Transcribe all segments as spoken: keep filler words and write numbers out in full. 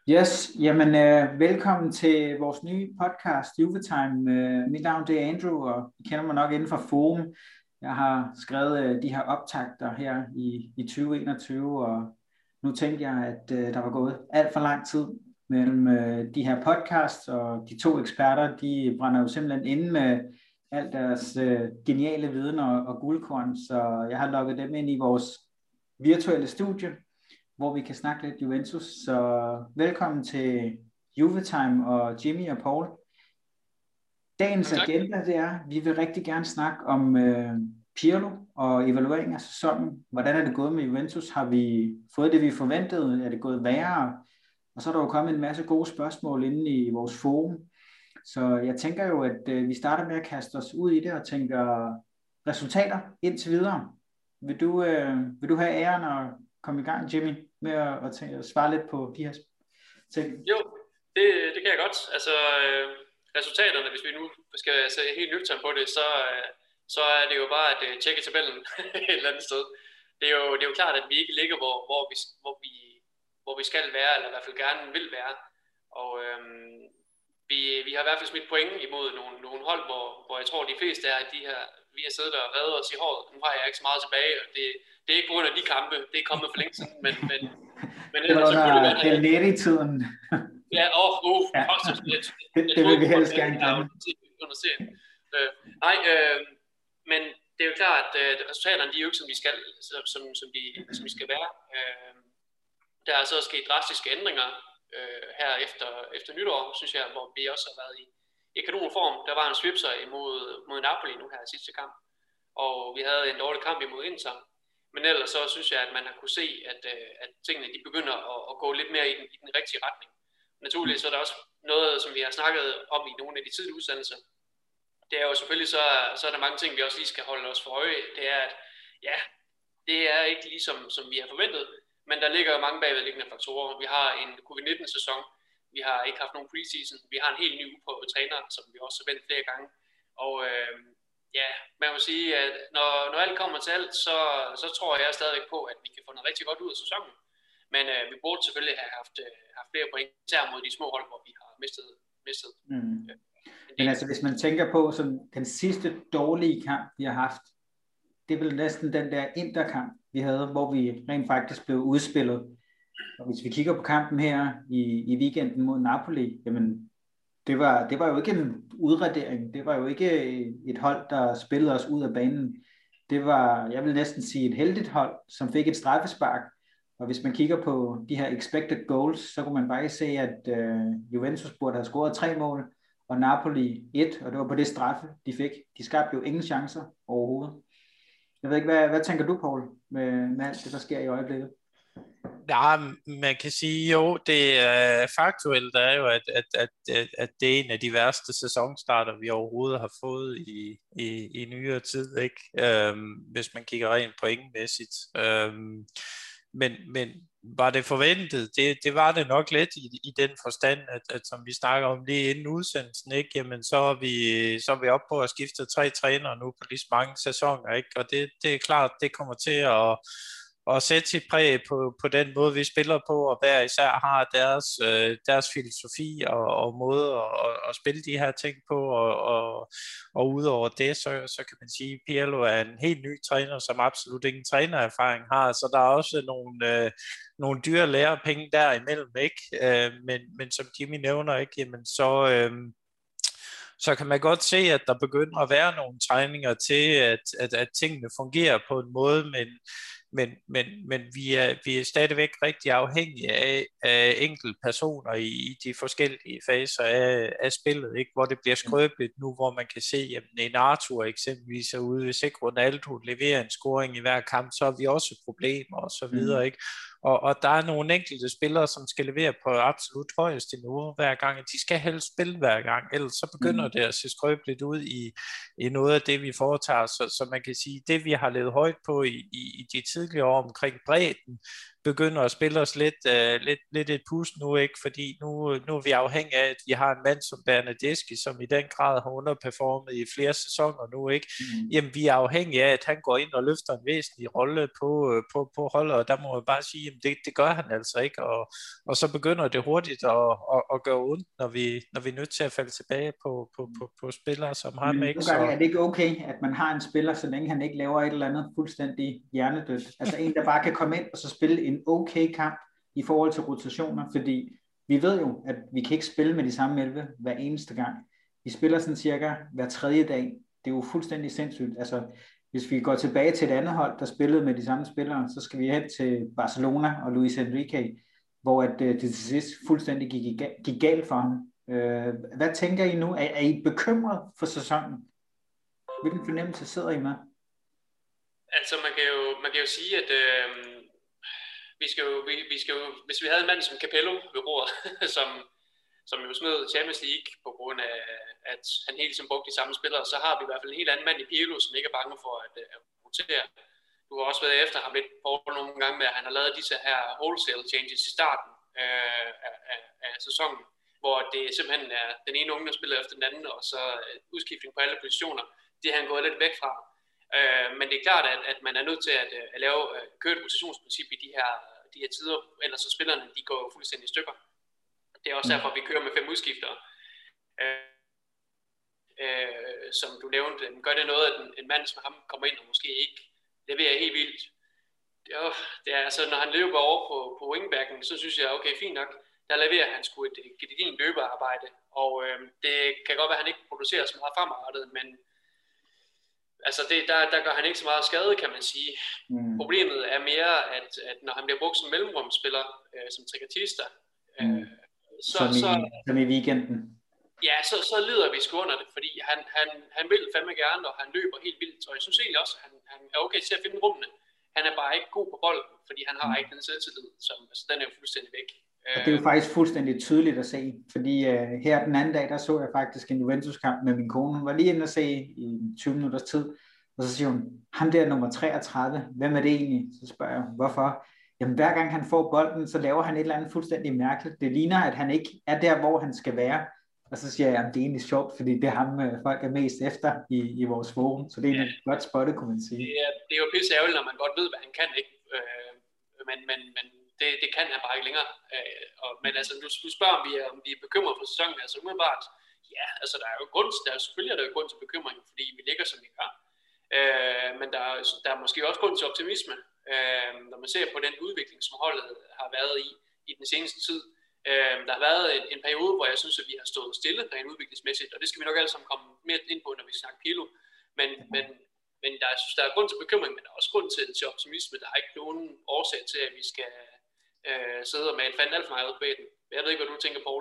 Yes, jamen øh, velkommen til vores nye podcast, Juvetime. Øh, mit navn det er Andrew, og I kender mig nok inden for forum. Jeg har skrevet øh, de her optakter her i, i tyve enogtyve, og nu tænkte jeg, at øh, der var gået alt for lang tid mellem øh, de her podcasts, og de to eksperter, de brænder jo simpelthen inde med al deres øh, geniale viden og, og guldkorn, så jeg har lukket dem ind i vores virtuelle studie, hvor vi kan snakke lidt Juventus. Så velkommen til Juvetime og Jimmy og Paul. Dagens Tak. agenda det er, vi vil rigtig gerne snakke om øh, Pirlo og evaluering af sæsonen. Hvordan er det gået med Juventus? Har vi fået det, vi forventede? Er det gået værre? Og så er der jo kommet en masse gode spørgsmål inde i vores forum. Så jeg tænker jo, at øh, vi starter med at kaste os ud i det og tænker resultater indtil videre. Vil du, øh, vil du have æren og komme i gang, Jimmy, med at, at, tænke, at svare lidt på de her ting? Jo, det, det kan jeg godt. Altså, øh, resultaterne, hvis vi nu skal se helt nøgtern på det, så, øh, så er det jo bare at øh, tjekke tabellen et eller andet sted. Det er, jo, det er jo klart, at vi ikke ligger, hvor, hvor, vi, hvor, vi, hvor vi skal være, eller i hvert fald gerne vil være. Og øh, vi, vi har i hvert fald smidt point imod nogle, nogle hold, hvor, hvor jeg tror, de fleste er de her, vi har siddet og reddet os i håret. Nu har jeg ikke så meget tilbage, og det, det er ikke på grund af de kampe, det er kommet for længe siden, men, men Men det var ellers, så kunne det være, under Del-Neri-tiden. Ja, åh, uh, ja. faktisk, jeg, det, jeg det vil vi ikke, helst gerne glemme. Under serien. Øh, nej, øh, men det er jo klart, at øh, resultaterne de er jo ikke, som de skal, som, som, de, som de skal være. Øh, der er så sket drastiske ændringer øh, her efter, efter nytår, synes jeg, hvor vi også har været i, i kanonform. Der var en svipser imod mod Napoli nu her sidste kamp, og vi havde en dårlig kamp imod Inter. Men ellers så synes jeg, at man har kunne se, at, at tingene de begynder at, at gå lidt mere i den, i den rigtige retning. Naturligvis så er der også noget, som vi har snakket om i nogle af de tidlige udsendelser. Det er jo selvfølgelig, så, så er der mange ting, vi også lige skal holde os for øje. Det er, at ja, det er ikke ligesom, som vi har forventet, men der ligger jo mange bagvedliggende faktorer. Vi har en covid nitten sæson, vi har ikke haft nogen preseason, vi har en helt ny uprøvet træner, som vi også har vendt flere gange. Og øh, ja, man må sige, at når, når alt kommer til alt, så, så tror jeg stadigvæk på, at vi kan få noget rigtig godt ud af sæsonen. Men øh, vi burde selvfølgelig have haft, øh, haft flere point, især mod de små hold, hvor vi har mistet. mistet. Mm. Øh, Men altså, hvis man tænker på sådan, den sidste dårlige kamp, vi har haft, det er vel næsten den der Interkamp, vi havde, hvor vi rent faktisk blev udspillet. Og hvis vi kigger på kampen her i, i weekenden mod Napoli, jamen Det var, det var jo ikke en udradering. Det var jo ikke et hold, der spillede os ud af banen. Det var, jeg vil næsten sige, et heldigt hold, som fik et straffespark. Og hvis man kigger på de her expected goals, så kunne man bare se, at uh, Juventus burde have scoret tre mål, og Napoli et, og det var på det straffe, de fik. De skabte jo ingen chancer overhovedet. Jeg ved ikke, hvad, hvad tænker du, Paul, med, med alt det, der sker i øjeblikket? Ja, man kan sige jo, det er faktuelt er jo, at, at, at, at det er en af de værste sæsonstarter, vi overhovedet har fået i, i, i nyere tid, ikke? Øhm, hvis man kigger rent pointmæssigt. Øhm, men, men var det forventet? Det, det var det nok lidt i, i den forstand, at, at som vi snakker om lige inden udsendelsen, ikke? Jamen, så er vi, så er vi oppe på at skifte tre trænere nu på lige så mange sæsoner, ikke? Og det, det er klart, det kommer til at og sætte sit præg på, på den måde, vi spiller på, og hver især har deres, øh, deres filosofi og, og måde at, at spille de her ting på, og, og, og udover det, så, så kan man sige, at Pirlo er en helt ny træner, som absolut ingen trænererfaring har, så der er også nogle, øh, nogle dyre lærepenge derimellem, ikke? Øh, men, men som Jimmy nævner, ikke? Jamen, så... Øh, så kan man godt se, at der begynder at være nogle tegninger til, at, at, at tingene fungerer på en måde, men, men, men, men vi, er, vi er stadigvæk rigtig afhængige af, af enkelte personer i, i de forskellige faser af, af spillet, ikke? Hvor det bliver skrøbeligt nu, hvor man kan se, at en Arthur eksempelvis er ude, hvis ikke Ronaldo leverer en scoring i hver kamp, så har vi også problemer og så videre, ikke? Og, og der er nogle enkelte spillere, som skal levere på absolut højeste niveau hver gang. De skal helst spille hver gang, ellers så begynder mm. det at se skrøbeligt ud i, i noget af det, vi foretager. Så, så man kan sige, det vi har levet højt på i, i, i de tidligere år omkring bredden, begynder at spille os lidt, uh, lidt, lidt et pust nu, ikke? Fordi nu, nu er vi afhængige af, at vi har en mand som Bernadeschi, som i den grad har underperformet i flere sæsoner nu, ikke? Mm. Jamen, vi er afhængige af, at han går ind og løfter en væsentlig rolle på, på, på holdet, og der må jeg bare sige, at det, det gør han altså ikke, og, og så begynder det hurtigt at, at, at gøre ondt, når vi, når vi er nødt til at falde tilbage på, på, på, på spillere som ham, ikke? Så er det ikke okay, at man har en spiller, så længe han ikke laver et eller andet fuldstændig hjernedødt. Altså en, der bare kan komme ind og så spille en okay kamp i forhold til rotationer, fordi vi ved jo, at vi kan ikke spille med de samme elleve hver eneste gang. Vi spiller sådan cirka hver tredje dag. Det er jo fuldstændig sindssygt. Altså, hvis vi går tilbage til et andet hold, der spillede med de samme spillere, så skal vi hen til Barcelona og Luis Enrique, hvor at, det til sidst fuldstændig gik, gik galt for ham. Hvad tænker I nu? Er, er I bekymret for sæsonen? Hvilken fornemmelse sidder I med? Altså, man kan jo, man kan jo sige, at øh, vi, skal jo, vi, vi skal jo, hvis vi havde en mand som Capello ved roret, som, som jo smed Champions League på grund af, at han hele tiden brugte de samme spillere, så har vi i hvert fald en helt anden mand i Pirlo, som ikke er bange for at, at rotere. Du har også været efter ham lidt på nogle gange med, at han har lavet disse her wholesale changes i starten øh, af, af, af sæsonen, hvor det simpelthen er den ene unge, der spiller efter den anden, og så udskiftning på alle positioner. Det har han gået lidt væk fra. Øh, men det er klart, at, at man er nødt til at, at lave uh, køre et rotationsprincip i de her, de her tider, ellers så spillerne de går fuldstændig i stykker. Det er også derfor, vi kører med fem udskiftere. Øh, øh, som du nævnte, gør det noget, at en, en mand som ham kommer ind og måske ikke leverer helt vildt. Det er, det er altså, når han løber over på, på wingbacken, så synes jeg, okay, fint nok, der leverer han sgu et gedigent løbearbejde, og øh, det kan godt være, at han ikke producerer så meget fremadrettet, men altså det, der, der gør han ikke så meget skade, kan man sige. Mm. Problemet er mere, at, at når han bliver brugt som mellemrumsspiller, øh, som trikotista, øh, mm. så, som, i, så, som i weekenden. Ja, så, så lider vi sgu under det, fordi han, han, han vil fandme gerne, og han løber helt vildt, og jeg synes egentlig også, at han, han er okay til at finde rummene. Han er bare ikke god på bolden, fordi han har mm. ikke den selvtillid, som altså, den er jo fuldstændig væk. Og det er jo faktisk fuldstændig tydeligt at se, fordi uh, her den anden dag, der så jeg faktisk en Juventus-kamp med min kone. Hun var lige inde og se i tyve minutters tid, og så siger hun, ham der nummer treogtredive, hvem er det egentlig? Så spørger jeg, hvorfor? Jamen hver gang han får bolden, så laver han et eller andet fuldstændig mærkeligt. Det ligner, at han ikke er der, hvor han skal være. Og så siger jeg, at det er egentlig sjovt, fordi det er ham, folk er mest efter i, i vores forum. Så det er egentlig ja. Godt spottet, kunne man sige. Det er, det er jo pisse ærgerligt, når man godt ved, hvad han kan, ikke? Øh, men men, men det, det kan han bare ikke længere. Øh, og, men altså, du, du spørger, om vi, er, om vi er bekymret for sæsonen. Altså umiddelbart, ja, altså der er jo grund, der er, selvfølgelig er der jo grund til bekymring, fordi vi ligger, som vi gør. Øh, men der, der er måske også grund til optimisme, øh, når man ser på den udvikling, som holdet har været i i den seneste tid. Øh, der har været en, en periode, hvor jeg synes, at vi har stået stille rent udviklingsmæssigt, og det skal vi nok alle sammen komme mere ind på, når vi snakker Pirlo. Men, men, men der, jeg synes, der er grund til bekymring, men der er også grund til, til optimisme. Der er ikke nogen årsag til, at vi skal øh, sidde og male fanden alt for meget ud på den. Jeg ved ikke, hvad du tænker, Paul.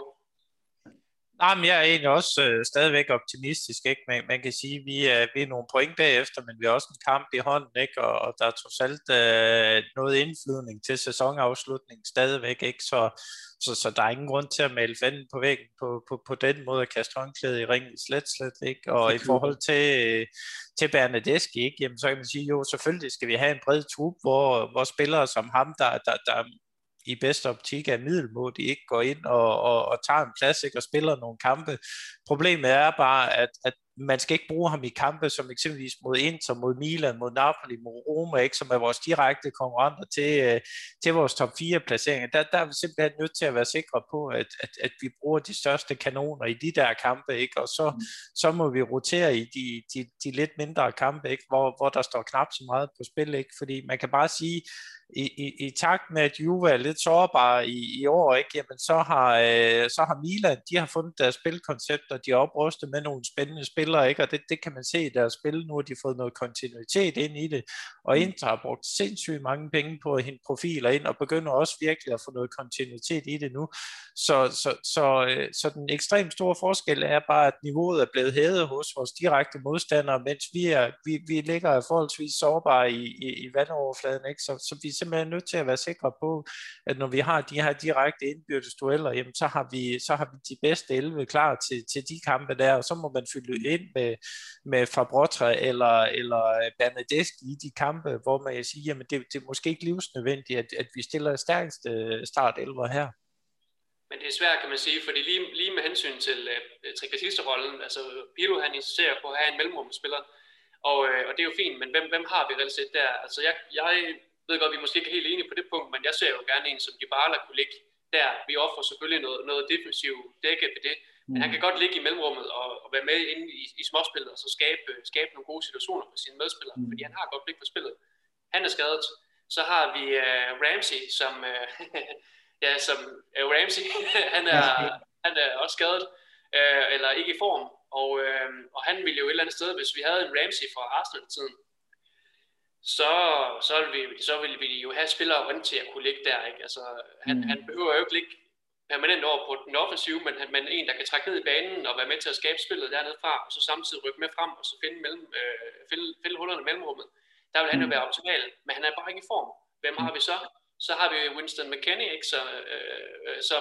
Nej, men jeg er egentlig også øh, stadigvæk optimistisk, ikke? Man, man kan sige, at vi er, vi er nogle point bagefter, men vi har også en kamp i hånden, ikke? Og, og der er trods alt øh, noget indflydning til sæsonafslutningen stadigvæk, ikke? Så, så, så der er ingen grund til at male fanden på væggen på, på, på den måde at kaste håndklædet i ringen, slet, slet, ikke? Og i forhold til, til Bernadeschi, ikke? Jamen, så kan man sige, jo, selvfølgelig skal vi have en bred trup, hvor, hvor spillere som ham, der, der, der i bedste optik af middelmådige, ikke går ind og, og, og tager en plads, ikke, og spiller nogle kampe. Problemet er bare, at, at man skal ikke bruge ham i kampe, som eksempelvis mod Inter, mod Milan, mod Napoli, mod Roma, ikke, som er vores direkte konkurrenter til, til vores top fire placeringer. Der, der er vi simpelthen nødt til at være sikre på, at, at, at vi bruger de største kanoner i de der kampe, ikke, og så, så må vi rotere i de, de, de lidt mindre kampe, ikke, hvor, hvor der står knap så meget på spil, ikke, fordi man kan bare sige, I, i, i takt med, at Juve er lidt sårbare i, i år, ikke, jamen så har, øh, så har Milan, de har fundet deres spilkoncept, og de har oprustet med nogle spændende spillere, ikke, og det, det kan man se i deres spil. Nu har de fået noget kontinuitet ind i det, og Inter har brugt sindssygt mange penge på at hente profiler ind, og begynder også virkelig at få noget kontinuitet i det nu. Så, så, så, øh, så den ekstremt store forskel er bare, at niveauet er blevet hævet hos vores direkte modstandere, mens vi, er, vi, vi ligger forholdsvis sårbare i, i, i vandoverfladen, ikke, så, så vi simpelthen nødt til at være sikre på, at når vi har de her direkte indbyrdes dueller, jamen så har vi, så har vi de bedste elleve klar til, til de kampe der, og så må man fylde ind med, med Fabrotra eller, eller Bernadeschi i de kampe, hvor man kan sige, jamen det, det er måske ikke livsnødvendigt, at, at vi stiller stærkeste startelver her. Men det er svært, kan man sige, fordi lige, lige med hensyn til uh, trequartisterrollen, altså Pirlo han insisterer på at have en mellemrumspiller, og, uh, og det er jo fint, men hvem, hvem har vi reelt set der? Altså jeg, jeg ved godt, vi er måske ikke helt enige på det punkt, men jeg ser jo gerne en, som Dybala kunne ligge der. Vi offrer selvfølgelig noget, noget defensivt dække ved det, men mm. han kan godt ligge i mellemrummet og, og være med inde i, i småspillet, og så skabe, skabe nogle gode situationer for sine medspillere, mm. fordi han har godt blik for spillet. Han er skadet. Så har vi uh, Ramsey, som... Uh, Ja, som uh, Ramsey, han er, han er også skadet, uh, eller ikke i form, og, uh, og han ville jo et eller andet sted, hvis vi havde en Ramsey fra Arsenal-tiden, så, så, ville vi, så ville vi jo have spillere rundt til at kunne ligge der, ikke? Altså, han, mm. han behøver jo ikke ligge permanent over på den offensive, men, men en, der kan trække ned i banen og være med til at skabe spillet dernede fra, og så samtidig rykke med frem, og så finde, mellem, øh, finde, finde hullerne i mellemrummet. Der vil han jo være optimal, men han er bare ikke i form. Hvem har vi så? Så har vi Winston McKennie, ikke, så, øh, som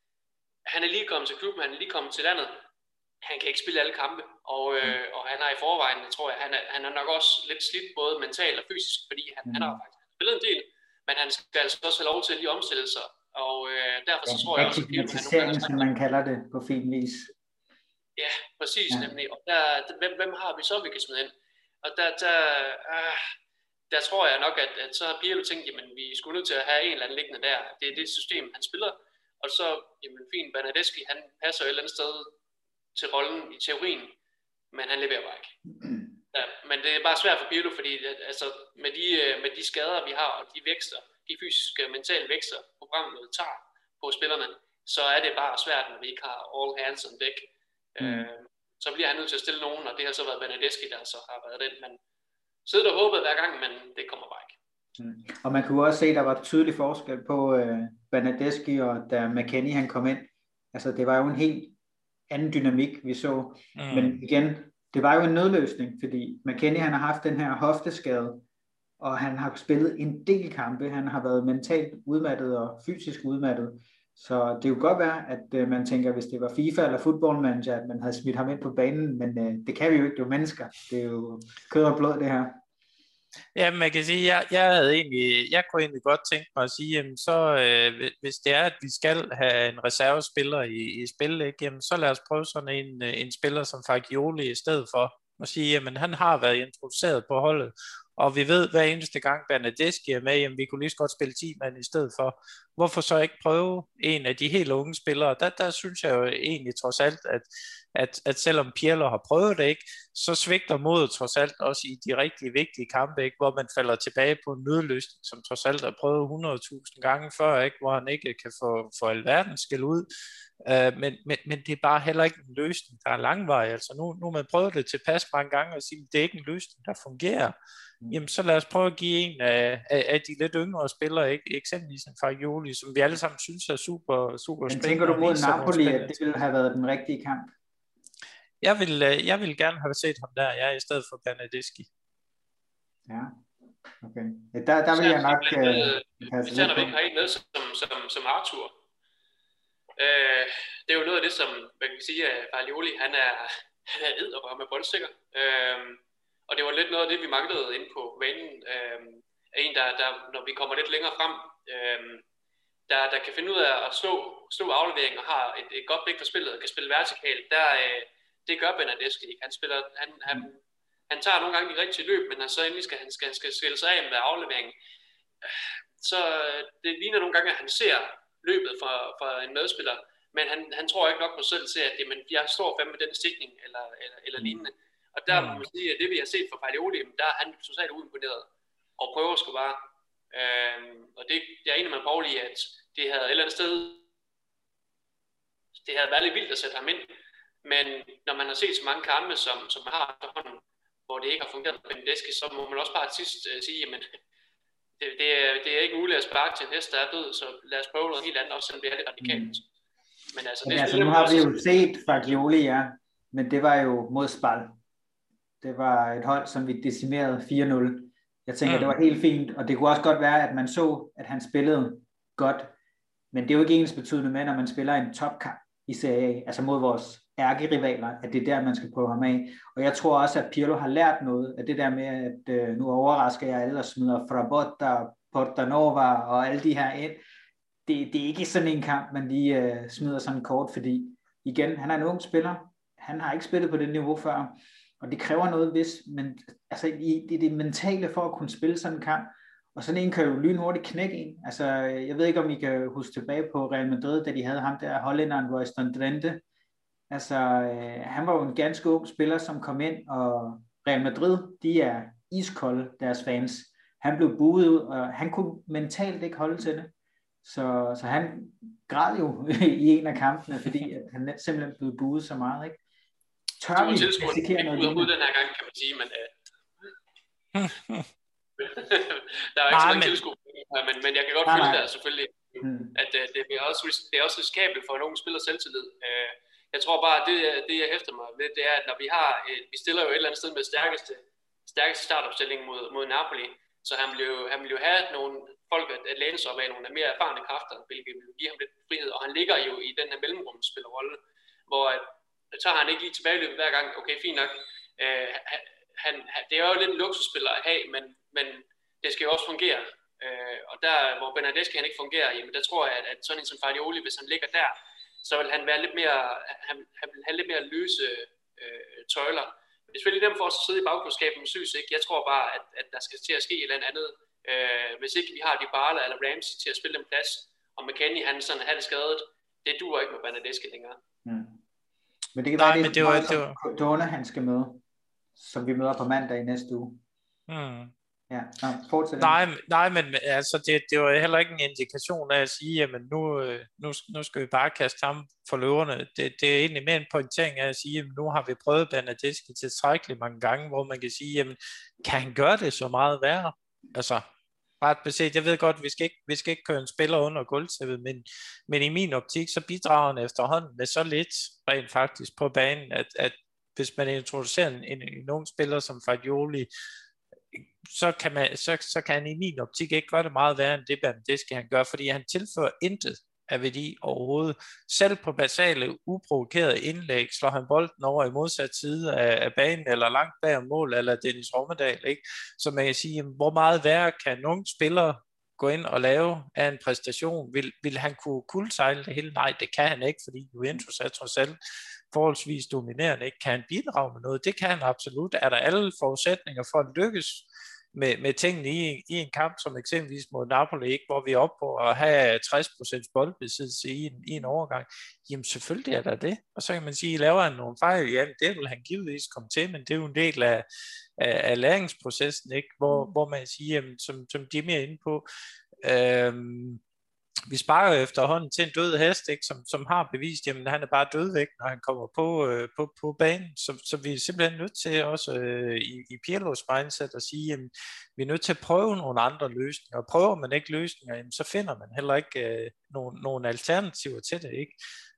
han er lige kommet til klubben, han er lige kommet til landet. Han kan ikke spille alle kampe, og, øh, og han er i forvejen, tror jeg, han er, han er nok også lidt slidt både mentalt og fysisk, fordi han, mm. han har faktisk spillet en del, men han skal altså også have lov til at lige omstille sig, og øh, derfor så tror jeg også, at han som man kalder det på fin vis. Ja, præcis ja. Nemlig, og der, hvem, hvem har vi så, vi kan smide ind? Og der, der øh, der tror jeg nok, at, at så har Pirlo tænkt, jamen vi skulle nødt til at have en eller anden liggende der. Det er det system, han spiller. Og så, jamen fint, Bernadeschi, han passer et eller andet sted til rollen i teorien, men han leverer bare ikke. Ja, men det er bare svært for Pirlo, fordi altså, med, de, med de skader, vi har, og de vækster, de fysiske og mentale vækster, programmet tager på spillerne, så er det bare svært, når vi ikke har all hands on deck. Mm. Øh, så bliver han nødt til at stille nogen, og det har så været Bernadeschi, der så har været den, men sidder og håbet hver gang, men det kommer bare ikke. Mm. Og man kunne også se, at der var tydelig forskel på uh, Bernadeschi, og da McKennie han kom ind. Altså det var jo en helt anden dynamik, vi så. Mm. Men igen, det var jo en nødløsning, fordi McKennie han har haft den her hofteskade, og han har spillet en del kampe. Han har været mentalt udmattet og fysisk udmattet. Så det kunne godt være, at uh, man tænker, hvis det var FIFA eller Football Manager, at man havde smidt ham ind på banen, men uh, det kan vi jo ikke, det er jo mennesker. Det er jo kød og blod, det her. Ja, man kan sige, jeg, jeg havde egentlig, jeg kunne egentlig godt tænke mig at sige, jamen så øh, hvis det er, at vi skal have en reservespiller i, i spil, ikke, jamen så lad os prøve sådan en, en spiller som Fagioli i stedet for, og sige, jamen han har været introduceret på holdet, og vi ved hver eneste gang Bernadeschi er med, jamen vi kunne lige så godt spille ti mand i stedet for. Hvorfor så ikke prøve en af de helt unge spillere? Der, der synes jeg jo egentlig trods alt, at, at, at selvom Pirlo har prøvet det, ikke, så svigter modet trods alt også i de rigtig vigtige kampe, ikke, hvor man falder tilbage på en nødløsning, som trods alt har prøvet hundrede tusind gange før, ikke, hvor han ikke kan få, få alverden skæld ud. Uh, men, men, men det er bare heller ikke en løsning, der er langvarig. Altså nu, nu har man prøvet det tilpas mange gange og sige, at det er ikke en løsning, der fungerer. Jamen så lad os prøve at give en af, af, af de lidt yngre spillere, ikke? Eksempelvis en Fagioli, som vi alle sammen synes er super, super spændende. Men tænker du mod Napoli, at det ville have været den rigtige kamp? Jeg vil, jeg vil gerne have set ham der, jeg ja, i stedet for Bernadeschi. Ja, okay. Der, der vil jeg nok... Hvis jeg ikke har en med som, som, som Arthur, øh, det er jo noget af det, som man kan sige, at Fagioli, han er, han er edderrør med boldstikker. Øh, Og det var lidt noget af det, vi manglede inde på banen. Øhm, en, der, der, når vi kommer lidt længere frem, øhm, der, der kan finde ud af at slå, slå aflevering og har et, et godt blik for spillet og kan spille vertikalt. Der, øh, det gør Bernadeschi ikke. Han, spiller, han, han, han tager nogle gange de rigtige løb, men så endelig skal han skal, skal skille sig af med afleveringen. Så det ligner nogle gange, at han ser løbet for, for en medspiller, men han, han tror ikke nok på selv til, at jamen, jeg står fandme med den stikning eller, eller, eller lignende. Og der må man sige, at det vi har set fra Fagioli, der er han totalt uimponeret og prøver sgu bare. Øhm, og det, jeg er enig med Paul i, at det havde et eller andet sted, det havde været lidt vildt at sætte ham ind. Men når man har set så mange kampe, som, som man har efterhånden, hvor det ikke har fungeret med Bernadeschi, så må man også bare til sidst uh, sige, at det, det, er, det er ikke muligt at sparke til en hest, der er død, så lad os prøve noget helt andet, også selvom det er lidt radikalt. Men altså, det ja, altså nu har vi jo set Fagioli, ja, men det var jo mod Spal. Det var et hold, som vi decimerede fire nul. Jeg tænker, Mm. det var helt fint, og det kunne også godt være, at man så, at han spillede godt, men det er jo ikke ens betydende med, når man spiller en topkamp i Serie A, altså mod vores ærkerivaler, at det er der, man skal prøve ham af. Og jeg tror også, at Pirlo har lært noget af det der med, at øh, nu overrasker jeg alle og smider Frabotta, Portanova og alle de her ind. Det, det er ikke sådan en kamp, man lige øh, smider sådan kort, fordi igen, han er en ung spiller. Han har ikke spillet på det niveau før, og det kræver noget, hvis, men altså, i, det er det mentale for at kunne spille sådan en kamp. Og sådan en kan jo lynhurtigt knække en. Altså, jeg ved ikke, om I kan huske tilbage på Real Madrid, da de havde ham der, hollænderen Royston Drenthe. Altså, øh, han var jo en ganske ung spiller, som kom ind, og Real Madrid, de er iskolde, deres fans. Han blev buet ud, og han kunne mentalt ikke holde til det. Så, så han græd jo i en af kampene, fordi at han simpelthen blev buet så meget, ikke? Tør vi risikere noget lignende? Den her gang, kan man sige, men... Uh... der er ikke nej, så mange men... tilskuere, men, men jeg kan godt nej, følge der selvfølgelig, hmm. at uh, det, er også, det er også risikabelt for nogen spiller selvtillid. Uh, jeg tror bare, at det, det jeg hæfter mig ved, det er, at når vi har, uh, vi stiller jo et eller andet sted med stærkeste, stærkeste startopstilling mod, mod Napoli, så han vil, jo, han vil jo have nogle folk at, at læne sig op af, nogle af mere erfarne kræfter, hvilket vil give ham lidt frihed, og han ligger jo i den her mellemrumsspillerrolle, hvor at, så har han ikke lige tilbageløbet hver gang, okay, fint nok, uh, han, det er jo lidt en luksusspiller at have, men, men det skal jo også fungere. Øh, og der, hvor Bernardeschi han ikke fungerer, jamen der tror jeg, at, at sådan en som Fagioli, hvis han ligger der, så vil han være lidt mere, han, han vil have lidt mere løse øh, tøjler. Men det er selvfølgelig dem for os at sidde i bagklodskabet med Sys, ikke? Jeg tror bare, at, at der skal til at ske et eller andet. Øh, hvis ikke vi har Dybala eller Ramsey til at spille den plads, og McKennie han sådan har det skadet, det duer ikke med Bernardeschi længere. Mm. Men det kan Nej, være, det, det, var, det var... Donner han skal møde, som vi møder på mandag i næste uge. Mm. Ja, no, nej, nej, men altså det, det var heller ikke en indikation af at sige, jamen nu, nu, nu skal vi bare kaste ham for løverne. Det, det er egentlig mere en pointering af at sige, jamen nu har vi prøvet Bernardeschi tilstrækkeligt mange gange, hvor man kan sige, jamen kan han gøre det så meget værre? Altså ret beset, jeg ved godt, vi skal ikke, vi skal ikke køre en spiller under gulvtæppet, men, men i min optik, så bidrager han efterhånden med så lidt rent faktisk på banen, at, at hvis man introducerer en, en, en ung spiller som Fagioli, så kan, man, så, så kan han i min optik ikke gøre det meget værre end det Bernardeschi han gør, fordi han tilfører intet af værdi overhovedet. Selv på basale, uprovokerede indlæg slår han bolden over i modsat side af, af banen, eller langt bag om mål, eller Dennis Rommedal, ikke? Så man kan sige, hvor meget værre kan nogle spillere gå ind og lave af en præstation? Vil, vil han kunne kuldsejle det hele? Nej, det kan han ikke, fordi Juventus er trods alt forholdsvis dominerende. Ikke? Kan han bidrage med noget? Det kan han absolut. Er der alle forudsætninger for at lykkes med, med tingene i, i en kamp, som eksempelvis mod Napoli, ikke? Hvor vi er oppe på at have tres procent boldbesiddelse i en, i en overgang? Jamen selvfølgelig er der det. Og så kan man sige, laver han nogle fejl? Ja, det vil han givetvis komme til, men det er jo en del af, af, af læringsprocessen, ikke? Hvor, hvor man siger, jamen, som, som de er mere inde på, øhm, vi sparer jo efterhånden til en død hest, ikke? Som, som har bevist, at han er bare død væk, når han kommer på, øh, på, på banen. Så, så vi er simpelthen nødt til også øh, i, i Pirlos mindset at sige, at vi er nødt til at prøve nogle andre løsninger. Og prøver man ikke løsninger, jamen, så finder man heller ikke øh, nogle, nogle alternativer til det, ikke?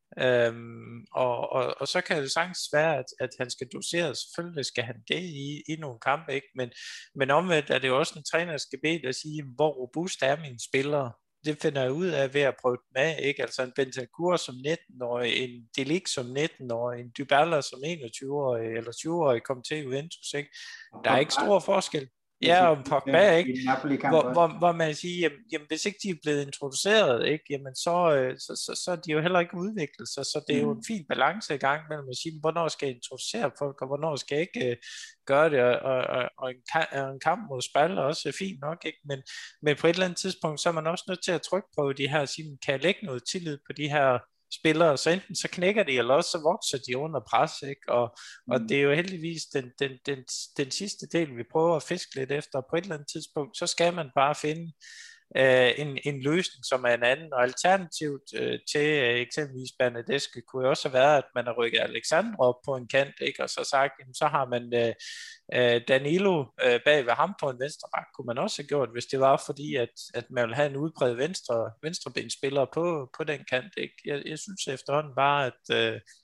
Øhm, og, og, og så kan det sagtens være, at, at han skal dosere. Selvfølgelig skal han det i, i nogle kampe, ikke? Men, men omvendt er det jo også en træners gebet at sige, hvor robust er mine spillere. Det finder jeg ud af ved at prøve dem af, ikke? Altså en Bentancur som nitten-årig, en De Ligt som nitten-årig, en Dybala som enogtyve-årig eller tyve-årig kom til Juventus, ikke? Der er ikke stor forskel. Ja, og Pogba, ikke? Hvor, hvor, hvor man siger, jamen, jamen hvis ikke de er blevet introduceret, ikke? Jamen så, så, så, så er de jo heller ikke udviklet sig, så det er jo en fin balance i gang mellem at sige, hvornår skal jeg introducere folk, og hvornår skal jeg ikke uh, gøre det, og, og, og, en, kamp, en kamp mod spil er også fint nok, ikke? Men, men på et eller andet tidspunkt, så er man også nødt til at trykke på de her, sige, kan jeg lægge noget tillid på de her spillere, så enten så knækker de, eller også så vokser de under pres, ikke? Og, mm. og det er jo heldigvis den, den, den, den sidste del, vi prøver at fiske lidt efter. På et eller andet tidspunkt, så skal man bare finde øh, en, en løsning, som er en anden, og alternativt øh, til øh, eksempelvis Bernardeschi kunne jo også have været, at man har rykket Alexandre op på en kant, ikke? Og så sagt, jamen, så har man øh, øh, Danilo øh, bag ved ham på en venstre bak, kunne man også have gjort, hvis det var fordi, at, at man ville have en udbredt venstre, venstrebenspiller på, på den kant, ikke? Jeg, jeg synes efterhånden bare, at, øh,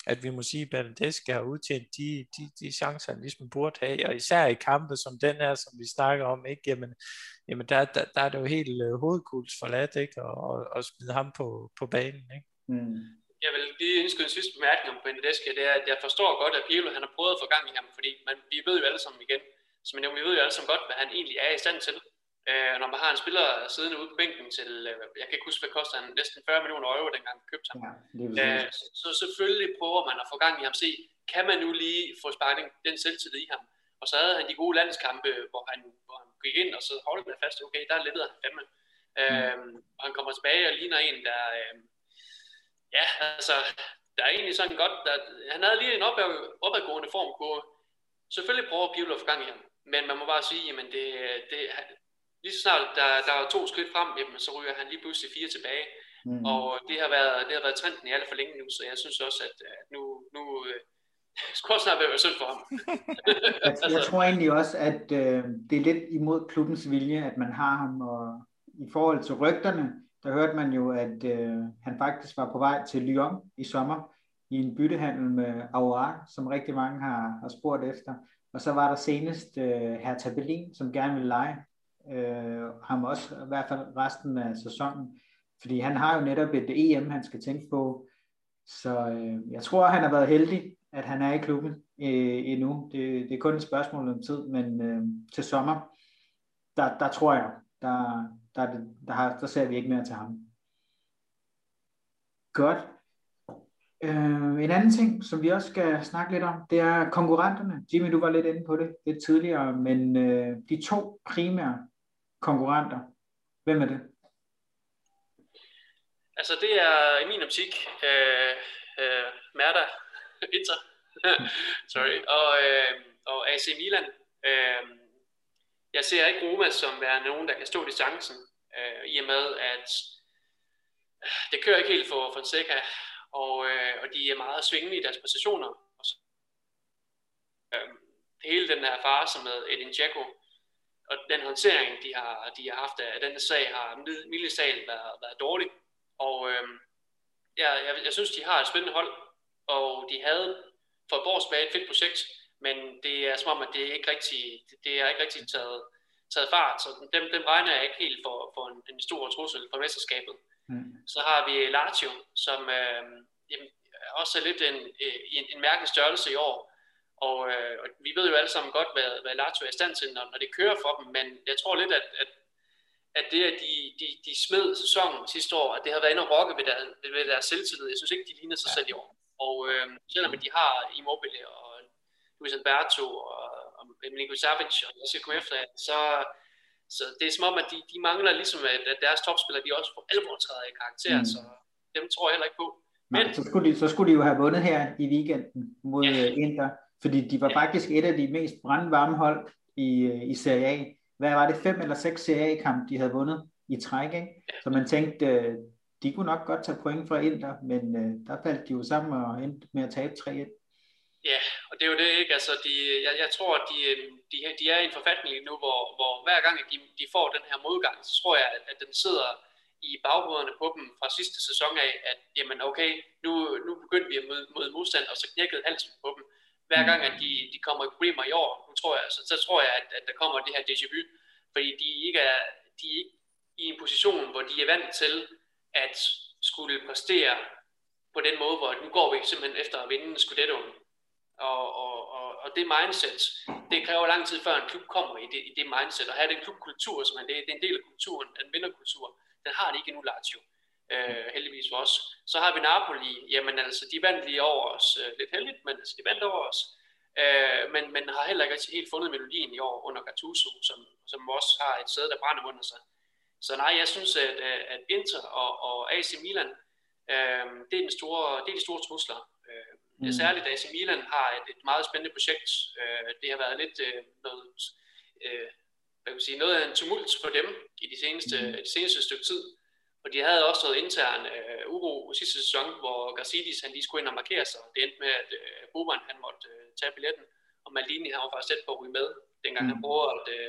at vi må sige, at Bernardeschi har udtjent de, de, de chancer, han ligesom burde have, og især i kampe som den her, som vi snakker om, ikke? Jamen, jamen der, der, der er det jo helt uh, hovedkuls forladt, ikke? Og, og, og smide ham på, på banen, ikke? Mm. Jeg vil lige indskyde en sidste bemærkning om Bernardeschi, det er, at jeg forstår godt, at Pirlo han har prøvet at få gang i ham, fordi man, vi ved jo alle sammen igen, som vi ved jo alle sammen godt, hvad han egentlig er i stand til. Uh, når man har en spiller siddende ude på bænken til, uh, jeg kan ikke huske, hvad koster han, næsten fyrre millioner euro, dengang vi købte ham. Ja, uh, så, så selvfølgelig prøver man at få gang i ham, se, kan man nu lige få sparket den selvtillid i ham. Og så havde han de gode landskampe, hvor han, hvor han gik ind, og så holdt han fast, okay, der lettede han fandme. Uh, mm. Og han kommer tilbage og ligner en, der, uh, ja, altså, der er egentlig sådan godt, der, han havde lige en opad, opadgående formkurve. Selvfølgelig prøver Pirlo at få gang i ham, men man må bare sige, jamen det, det lige så snart der, der er to skridt frem, jamen, så ryger han lige pludselig fire tilbage. Mm. Og det har, været, det har været trenden i alt for længe nu, så jeg synes også, at, at nu, nu øh, skulle også snart være synd for ham. jeg, jeg tror egentlig også, at øh, det er lidt imod klubbens vilje, at man har ham, og i forhold til rygterne, der hørte man jo, at øh, han faktisk var på vej til Lyon i sommer, i en byttehandel med Aouar, som rigtig mange har, har spurgt efter. Og så var der senest øh, Hertha Berlin, som gerne ville lege øh, ham også, i hvert fald resten af sæsonen. Fordi han har jo netop et E M, han skal tænke på. Så øh, jeg tror, han har været heldig, at han er i klubben øh, endnu. Det, det er kun et spørgsmål om tid, men øh, til sommer, der, der tror jeg, der, der, der, har, der ser vi ikke mere til ham. Godt. Uh, en anden ting, som vi også skal snakke lidt om, det er konkurrenterne. Jimmy, du var lidt inde på det lidt tidligere, men uh, de to primære konkurrenter, hvem er det? Altså det er i min optik uh, uh, Merda, Inter, sorry, og, uh, og A C Milan. Uh, jeg ser ikke Roma som være nogen, der kan stå distancen, uh, i og med at det kører ikke helt for Fonseca. Og, øh, og de er meget svingende i deres positioner. Øh, hele den her fase med Edin Dzeko og den håndtering, de har, de har haft af denne sag, har mildest talt været, været dårlig. Og øh, ja, jeg, jeg synes, de har et spændende hold, og de havde for et år tilbage et fedt projekt, men det er som om, at det er ikke rigtig, det, det er ikke rigtig taget, taget fart, så dem, dem regner jeg ikke helt for, for en, en stor trussel for mesterskabet. Mm. Så har vi Lazio, som øh, jamen, også er lidt en, en, en mærkelig størrelse i år. Og, øh, og vi ved jo alle sammen godt, hvad, hvad Lazio er i stand til, når, når det kører for dem. Men jeg tror lidt, at, at, at det, at de, de, de smed sæsonen sidste år, at det har været inde og rokke ved, der, ved deres selvtillid. Jeg synes ikke, de ligner sig selv i år. Og øh, selvom de har Immobile og Luis Alberto og, og Milinkovic Savic, og jeg skal komme efter, så... Så det er som om, at de, de mangler ligesom, at, at deres topspillere, de også får alvor træder i karakter, mm. så dem tror jeg heller ikke på. Men nej, så, skulle de, så skulle de jo have vundet her i weekenden mod ja. Inter, fordi de var ja. faktisk et af de mest brandvarme hold i, i Serie A. Hvad var det, fem eller seks Serie A-kampe, de havde vundet i træk, ikke? Ja. Så man tænkte, de kunne nok godt tage point fra Inter, men der faldt de jo sammen og endte med at tabe tre et. Ja, og det er jo det, ikke? Altså, de, jeg, jeg tror, at de, de, de er i en forfatning nu, hvor, hvor hver gang de, de får den her modgang, så tror jeg, at, at den sidder i baghovederne på dem fra sidste sæson af, at jamen okay, nu, nu begyndte vi at møde, møde modstand, og så knækkede halsen på dem. Hver gang, at de, de kommer i problemer i år, nu tror jeg, så, så tror jeg, at, at der kommer det her déjà vu, fordi de ikke er, de er ikke i en position, hvor de er vant til at skulle præstere på den måde, hvor nu går vi simpelthen efter at vinde Scudettoen. Og, og, og, og det mindset, det kræver lang tid før en klub kommer i det, i det mindset, og have den klubkultur, som er, det, det er en del af kulturen, den vinderkultur, den har de ikke endnu, Lazio, øh, heldigvis for os. Så har vi Napoli, jamen altså, de vandt lige over os, øh, lidt heldigt, men altså, de vandt over os, øh, men, men har heller ikke rigtig helt fundet melodien i år under Gattuso, som, som også har et sæde, der brænder under sig. Så nej, jeg synes, at, at Inter og, og A C Milan, øh, det, er den store, det er de store trusler. Mm. Særligt A C Milan har et, et meget spændende projekt. Uh, det har været lidt uh, noget, uh, hvad kan man sige, noget af en tumult for dem i de seneste, mm. de seneste stykke tid. Og de havde også noget intern uh, uro sidste sæson, hvor Garcidis han lige skulle ind og markere sig. Det endte med, at uh, Boban han måtte uh, tage billetten, og Maldini han var faktisk tæt på at ryge med, dengang mm. han prøvede at, uh,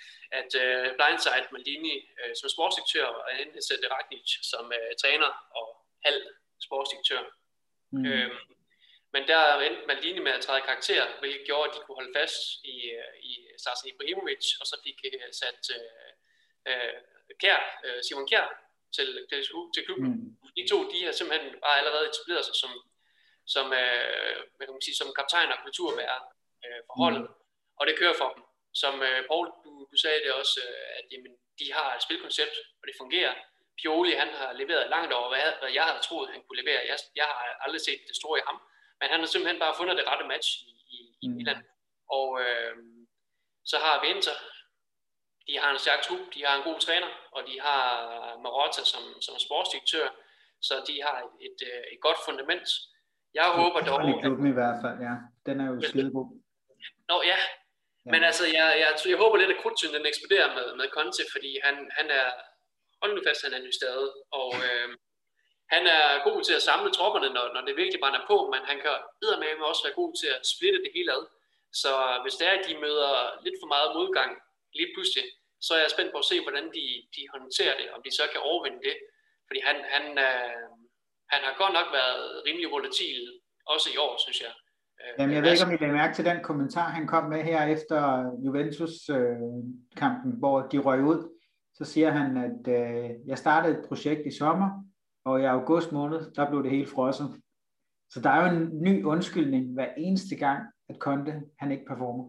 at uh, blindside Maldini uh, som sportsdirektør, og endte sætte Ragnic som uh, træner og halv sportsdirektør. Mm. Uh, Men der endte Maldini med at træde karakter, hvilket gjorde, at de kunne holde fast i, i Zlatan Ibrahimovic, og så fik uh, sat uh, Kjær, uh, Simon Kjær til, til, til klubben. Mm. De to, de har simpelthen bare allerede etableret sig som, som, uh, hvad kan man sige, som kaptajn og kulturbærer uh, for holdet, mm. og det kører for dem. Som uh, Paul, du, du sagde det også, uh, at jamen, de har et spilkoncept, og det fungerer. Pioli, han har leveret langt over, hvad, hvad jeg havde troet, han kunne levere. Jeg, jeg har aldrig set det store i ham. Men han har simpelthen bare fundet det rette match i, i, i Milan. Mm. Og øh, så har vi Inter. De har en stærk trup, de har en god træner, og de har Marotta som, som sportsdirektør. Så de har et, et, et godt fundament. Jeg det håber dog... Det er klubben i hvert fald, ja. Den er jo skidegod. Nå ja. ja, men altså, jeg, jeg, jeg håber lidt, at krudtønden den eksploderer med, med Conte, fordi han, han er... Hold nu fast, han er ny stadig. Og... Øh, Han er god til at samle tropperne, når, når det virkelig brænder på, men han kan eddermame også være god til at splitte det hele ad. Så hvis det er, at de møder lidt for meget modgang lige pludselig, så er jeg spændt på at se, hvordan de, de håndterer det, om de så kan overvinde det. Fordi han, han, øh, han har godt nok været rimelig volatil, også i år, synes jeg. Jamen, jeg ved ikke, om I lagde mærke til den kommentar, han kom med her efter Juventus-kampen, øh, hvor de røg ud. Så siger han, at øh, jeg startede et projekt i sommer, og i august måned, der blev det helt frosset. Så der er jo en ny undskyldning hver eneste gang, at Conte, han ikke performer.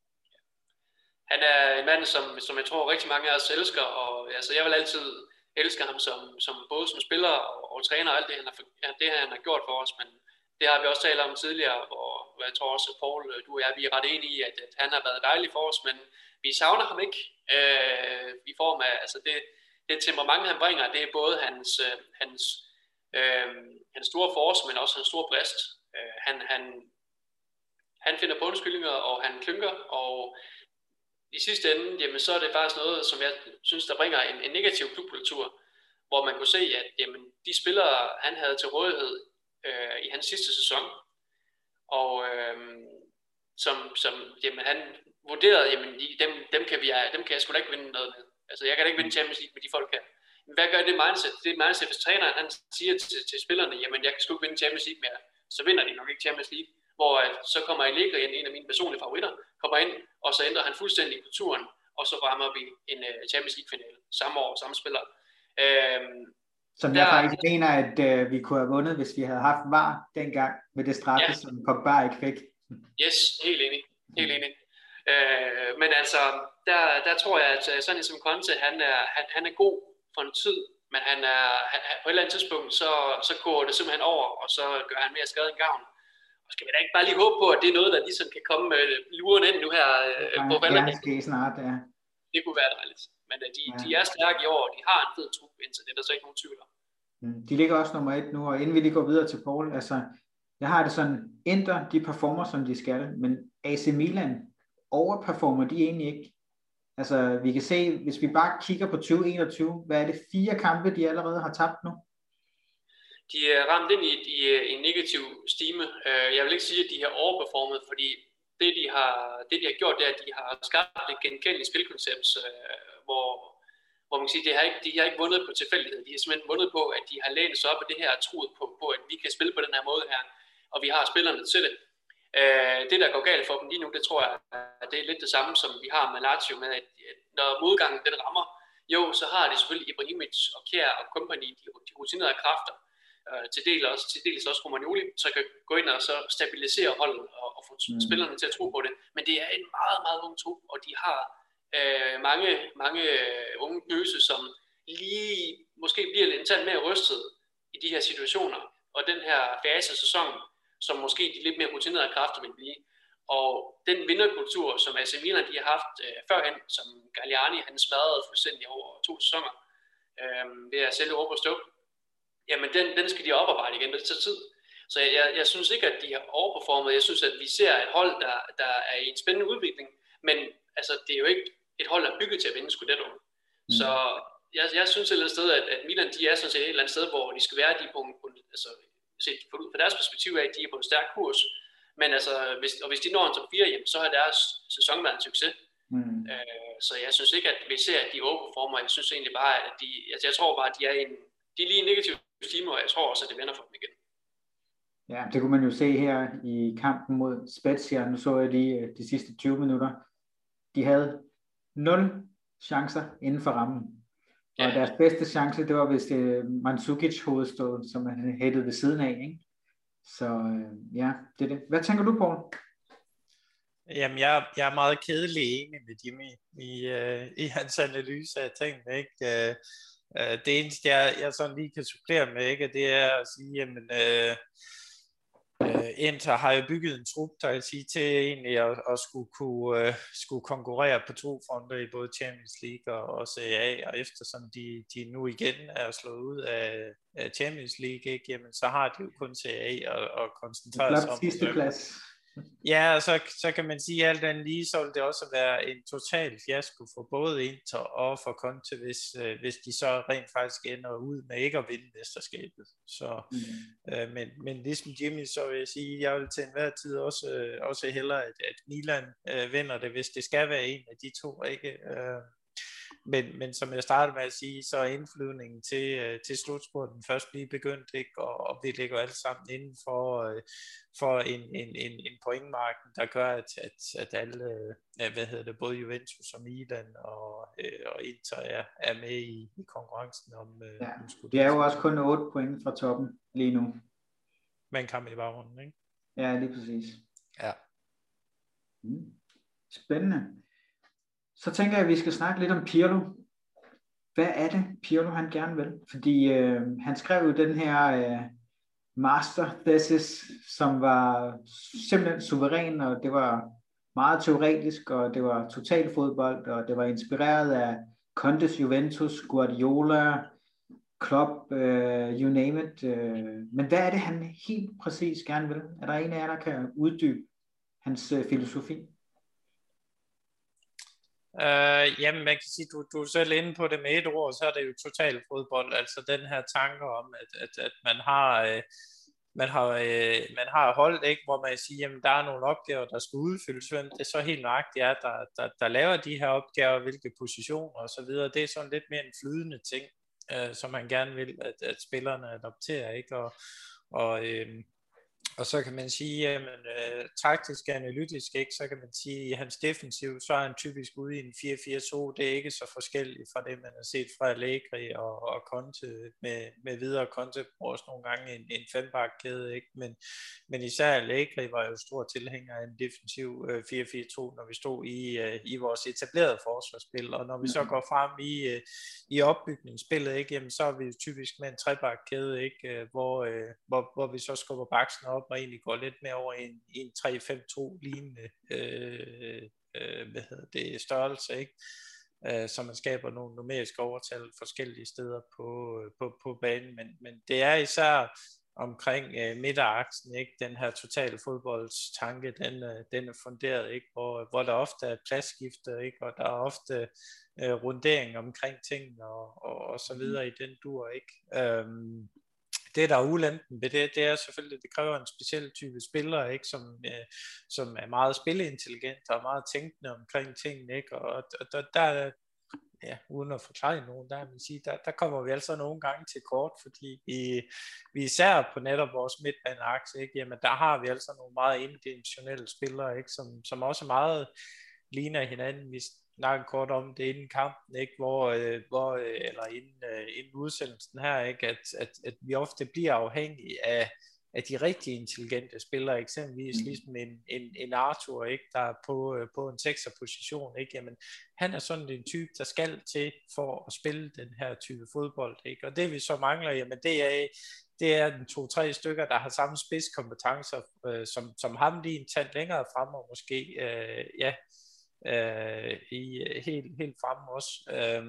Han er en mand, som, som jeg tror rigtig mange af os elsker, og altså, jeg vil altid elske ham som, som både som spiller og, og træner, og alt det han, har, det, han har gjort for os, men det har vi også talt om tidligere, og jeg tror også, Paul, du og jeg, vi er ret enige i, at, at han har været dejlig for os, men vi savner ham ikke øh, i form af, altså det, det temperament, han bringer, det er både hans, øh, hans, øh, hans store force, men også hans store brist. Øh, han, han, han finder på undskyldninger, og han klynker, og i sidste ende, jamen, så er det faktisk noget, som jeg synes, der bringer en, en negativ klubkultur, hvor man kunne se, at jamen, de spillere, han havde til rådighed øh, i hans sidste sæson, og øh, som, som jamen, han vurderede, jamen, dem, dem, kan vi, dem kan jeg sgu da ikke vinde noget med. Altså, jeg kan da ikke vinde Champions League med de folk her. Men hvad gør det mindset? Det mindset, hvis træneren han siger til, til spillerne, jamen, jeg kan sgu ikke vinde Champions League mere, så vinder de nok ikke Champions League. Hvor at, så kommer Allegri ind, en af mine personlige favoritter, kommer ind, og så ændrer han fuldstændig kulturen, og så rammer vi en uh, Champions League-finale samme år, samme spiller. Øhm, Som jeg der, faktisk mener, at uh, vi kunne have vundet, hvis vi havde haft V A R dengang, med det straffe, ja. Som Pogba ikke fik. Yes, helt enig. Helt enig. Øh, men altså, der, der tror jeg, at sådan en som Conte, han er, han, han er god for en tid, men han er, han, på et eller andet tidspunkt, så, så går det simpelthen over, og så gør han mere skade end gavn. Og skal vi da ikke bare lige håbe på, at det er noget, der ligesom kan komme med luren ind nu her øh, på valget? Det skal snart, ja. Det kunne være dejligt. Men de, ja. de er stærke i år, de har en fed trup indtil det, er der så ikke nogen tvivl om. De ligger også nummer et nu, og inden vi lige går videre til Paul, altså, jeg har det sådan, Inter, de performer, som de skal, men A C Milan overperformer de egentlig ikke. Altså, vi kan se, hvis vi bare kigger på tyve enogtyve, hvad er det, fire kampe, de allerede har tabt nu? De er ramt ind i, i, i en negativ stime. Jeg vil ikke sige, at de har overperformet, fordi det, de har, det, de har gjort, det er, at de har skabt et genkendeligt spilkoncept, hvor, hvor man kan sige, at de har, ikke, de har ikke vundet på tilfældighed. De har simpelthen vundet på, at de har lænet sig op af det her og troet på, på, at vi kan spille på den her måde her, og vi har spillerne til det. Det, der går galt for dem lige nu, det tror jeg, at det er lidt det samme, som vi har med Lazio, med at når modgangen den rammer, jo, så har de selvfølgelig Ibrahimovic og Kjær og company, de, de rutinerede kræfter, øh, til dels også, til dels også Romagnoli, så kan gå ind og så stabilisere holdet og, og få mm. spillerne til at tro på det. Men det er en meget, meget ung trup, og de har øh, mange, mange unge knøse, som lige måske bliver lidt en tand mere rystet i de her situationer, og den her fase af sæsonen, som måske de lidt mere rutinerede kræfter vil blive. Og den vinderkultur, som A C Milan de har haft øh, førhen, som Galliani han smadrede fuldstændig over to sæsoner, øh, ved at sælge over på stå, jamen den, den skal de oparbejde igen, det tager tid. Så jeg, jeg, jeg synes ikke, at de har overperformet. Jeg synes, at vi ser et hold, der, der er i en spændende udvikling, men altså, det er jo ikke et hold, der er bygget til at vinde Scudetto. Mm. Så jeg, jeg synes et eller andet sted, at, at Milan de er sådan set et eller andet sted, hvor de skal være, de på, på altså, set fra deres perspektiv af, at de er på en stærk kurs. Men altså, hvis, og hvis de når en top fire, jamen, så har deres sæson været en succes. Mm. Øh, så jeg synes ikke, at vi ser, at de overperformer. Jeg synes egentlig bare, at de, altså jeg tror bare, at de er, en, de er lige en negativ stime, og jeg tror også, at det vender for dem igen. Ja, det kunne man jo se her i kampen mod Spezia. Nu så jeg lige de sidste tyve minutter. De havde nul chancer inden for rammen. Og Ja. deres bedste chance, det var vist uh, Mandzukic hovedstød, som han hættede ved siden af, ikke? Så uh, ja, det er det. Hvad tænker du, Paul? Jamen, jeg, jeg er meget kedelig enig med Jimmy i, uh, i hans analyse af tingene, ikke? Uh, uh, det eneste, jeg, jeg sådan lige kan supplere med, ikke, det er at sige, jamen, uh, uh, Inter har jo bygget en trup, der vil sige til egentlig at, at skulle kunne uh, skulle konkurrere på to fronter i både Champions League og, og Serie A, og eftersom de, de nu igen er slået ud af, af Champions League, ikke, jamen, så har de jo kun Serie A at, at koncentrere sig om. Sidste plads. Ja, og så, så kan man sige, at alt andet lige, så vil det også være en total fiasko for både Inter og for Conte, hvis, øh, hvis de så rent faktisk ender ud med ikke at vinde mesterskabet. Så, mm. øh, men, men ligesom Jimmy, så vil jeg sige, at jeg vil til enhver tid også, øh, også hellere, at, at Milan øh, vinder det, hvis det skal være en af de to, ikke? Øh, Men, men som jeg startede med at sige, så er indflyvningen til, øh, til slutspurten først lige begyndt, ikke? Og, og vi ligger alle sammen inden for, øh, for en, en, en, en pointmarken, der gør, at, at, at alle, øh, hvad hedder det, både Juventus og Milan og, øh, og Inter er, er med i, i konkurrencen om, øh, ja, om det er jo også kun otte point fra toppen lige nu. med en kamp i baggrunden, ikke? Ja, lige præcis. Ja. Mm. Spændende. Så tænker jeg, at vi skal snakke lidt om Pirlo. Hvad er det, Pirlo han gerne vil? Fordi øh, han skrev jo den her øh, master thesis, som var simpelthen suveræn, og det var meget teoretisk, og det var total fodbold, og det var inspireret af Contes Juventus, Guardiola, Klopp, øh, you name it. Øh. Men hvad er det, han helt præcis gerne vil? Er der en af jer, der kan uddybe hans øh, filosofi? Uh, jamen man kan sige, du, du er selv inde på det med et ord, så er det jo total fodbold, altså den her tanke om, at, at, at man har uh, man har, uh, man har holdt, ikke, hvor man siger, jamen der er nogle opgaver, der skal udfyldes, hvem det så helt nøjagtigt er, der, der, der laver de her opgaver, hvilke positioner og så videre, det er sådan lidt mere en flydende ting, uh, som man gerne vil, at, at spillerne adopterer, ikke, og, og uh, Og så kan man sige, at øh, taktisk og analytisk, ikke, så kan man sige, at i hans defensiv, så er han typisk ude i en fire fire to. Det er ikke så forskelligt fra det, man har set fra Allegri og, og Conte med, med videre. Conte bruger også nogle gange en, en fembakkæde, ikke? Men, men især Allegri var jo stor tilhænger af en defensiv øh, fire fire to, når vi stod i, øh, i vores etablerede forsvarsspil. Og når vi så går frem i, øh, i opbygningsspillet, ikke, jamen, så er vi jo typisk med en trebakkæde, ikke, øh, hvor, øh, hvor, hvor vi så skubber baksen op og egentlig går lidt mere over i en, en tre fem to lignende øh, øh, hvad hedder det, størrelse, ikke? Øh, så man skaber nogle numeriske overtal forskellige steder på, på, på banen, men, men det er især omkring øh, midteraksen, ikke? Den her totale fodboldstanke, den, øh, den er funderet, ikke? Hvor, hvor der ofte er pladsskifter, ikke? Og der er ofte øh, rundering omkring ting og, og, og så videre i den dur, ikke? Øhm, Det, der er ulempen ved det, det er selvfølgelig, at det kræver en speciel type spiller, ikke, som, øh, som er meget spilleintelligent og meget tænkende omkring tingene, ikke, og, og der, der, ja, uden at forklare nogen, der, man sige, der, der kommer vi altså nogle gange til kort, fordi vi, vi især på netop vores midtbaneakse, ikke, jamen der har vi altså nogle meget indimensionelle spillere, ikke, som, som også meget ligner hinanden. Vi snakke kort om det inden kampen, ikke, hvor, øh, hvor øh, eller inden, øh, inden udsendelsen her, ikke, at, at, at vi ofte bliver afhængige af, af de rigtig intelligente spillere, eksempelvis mm. ligesom en, en, en Arthur, ikke, der er på, øh, på en sekser-position, ikke, jamen, han er sådan en type, der skal til for at spille den her type fodbold, ikke, og det vi så mangler, jamen det er, det er den to-tre stykker, der har samme spidskompetencer, øh, som, som ham lige en tand længere frem, og måske, øh, ja, Øh, i helt, helt fremme også, øh,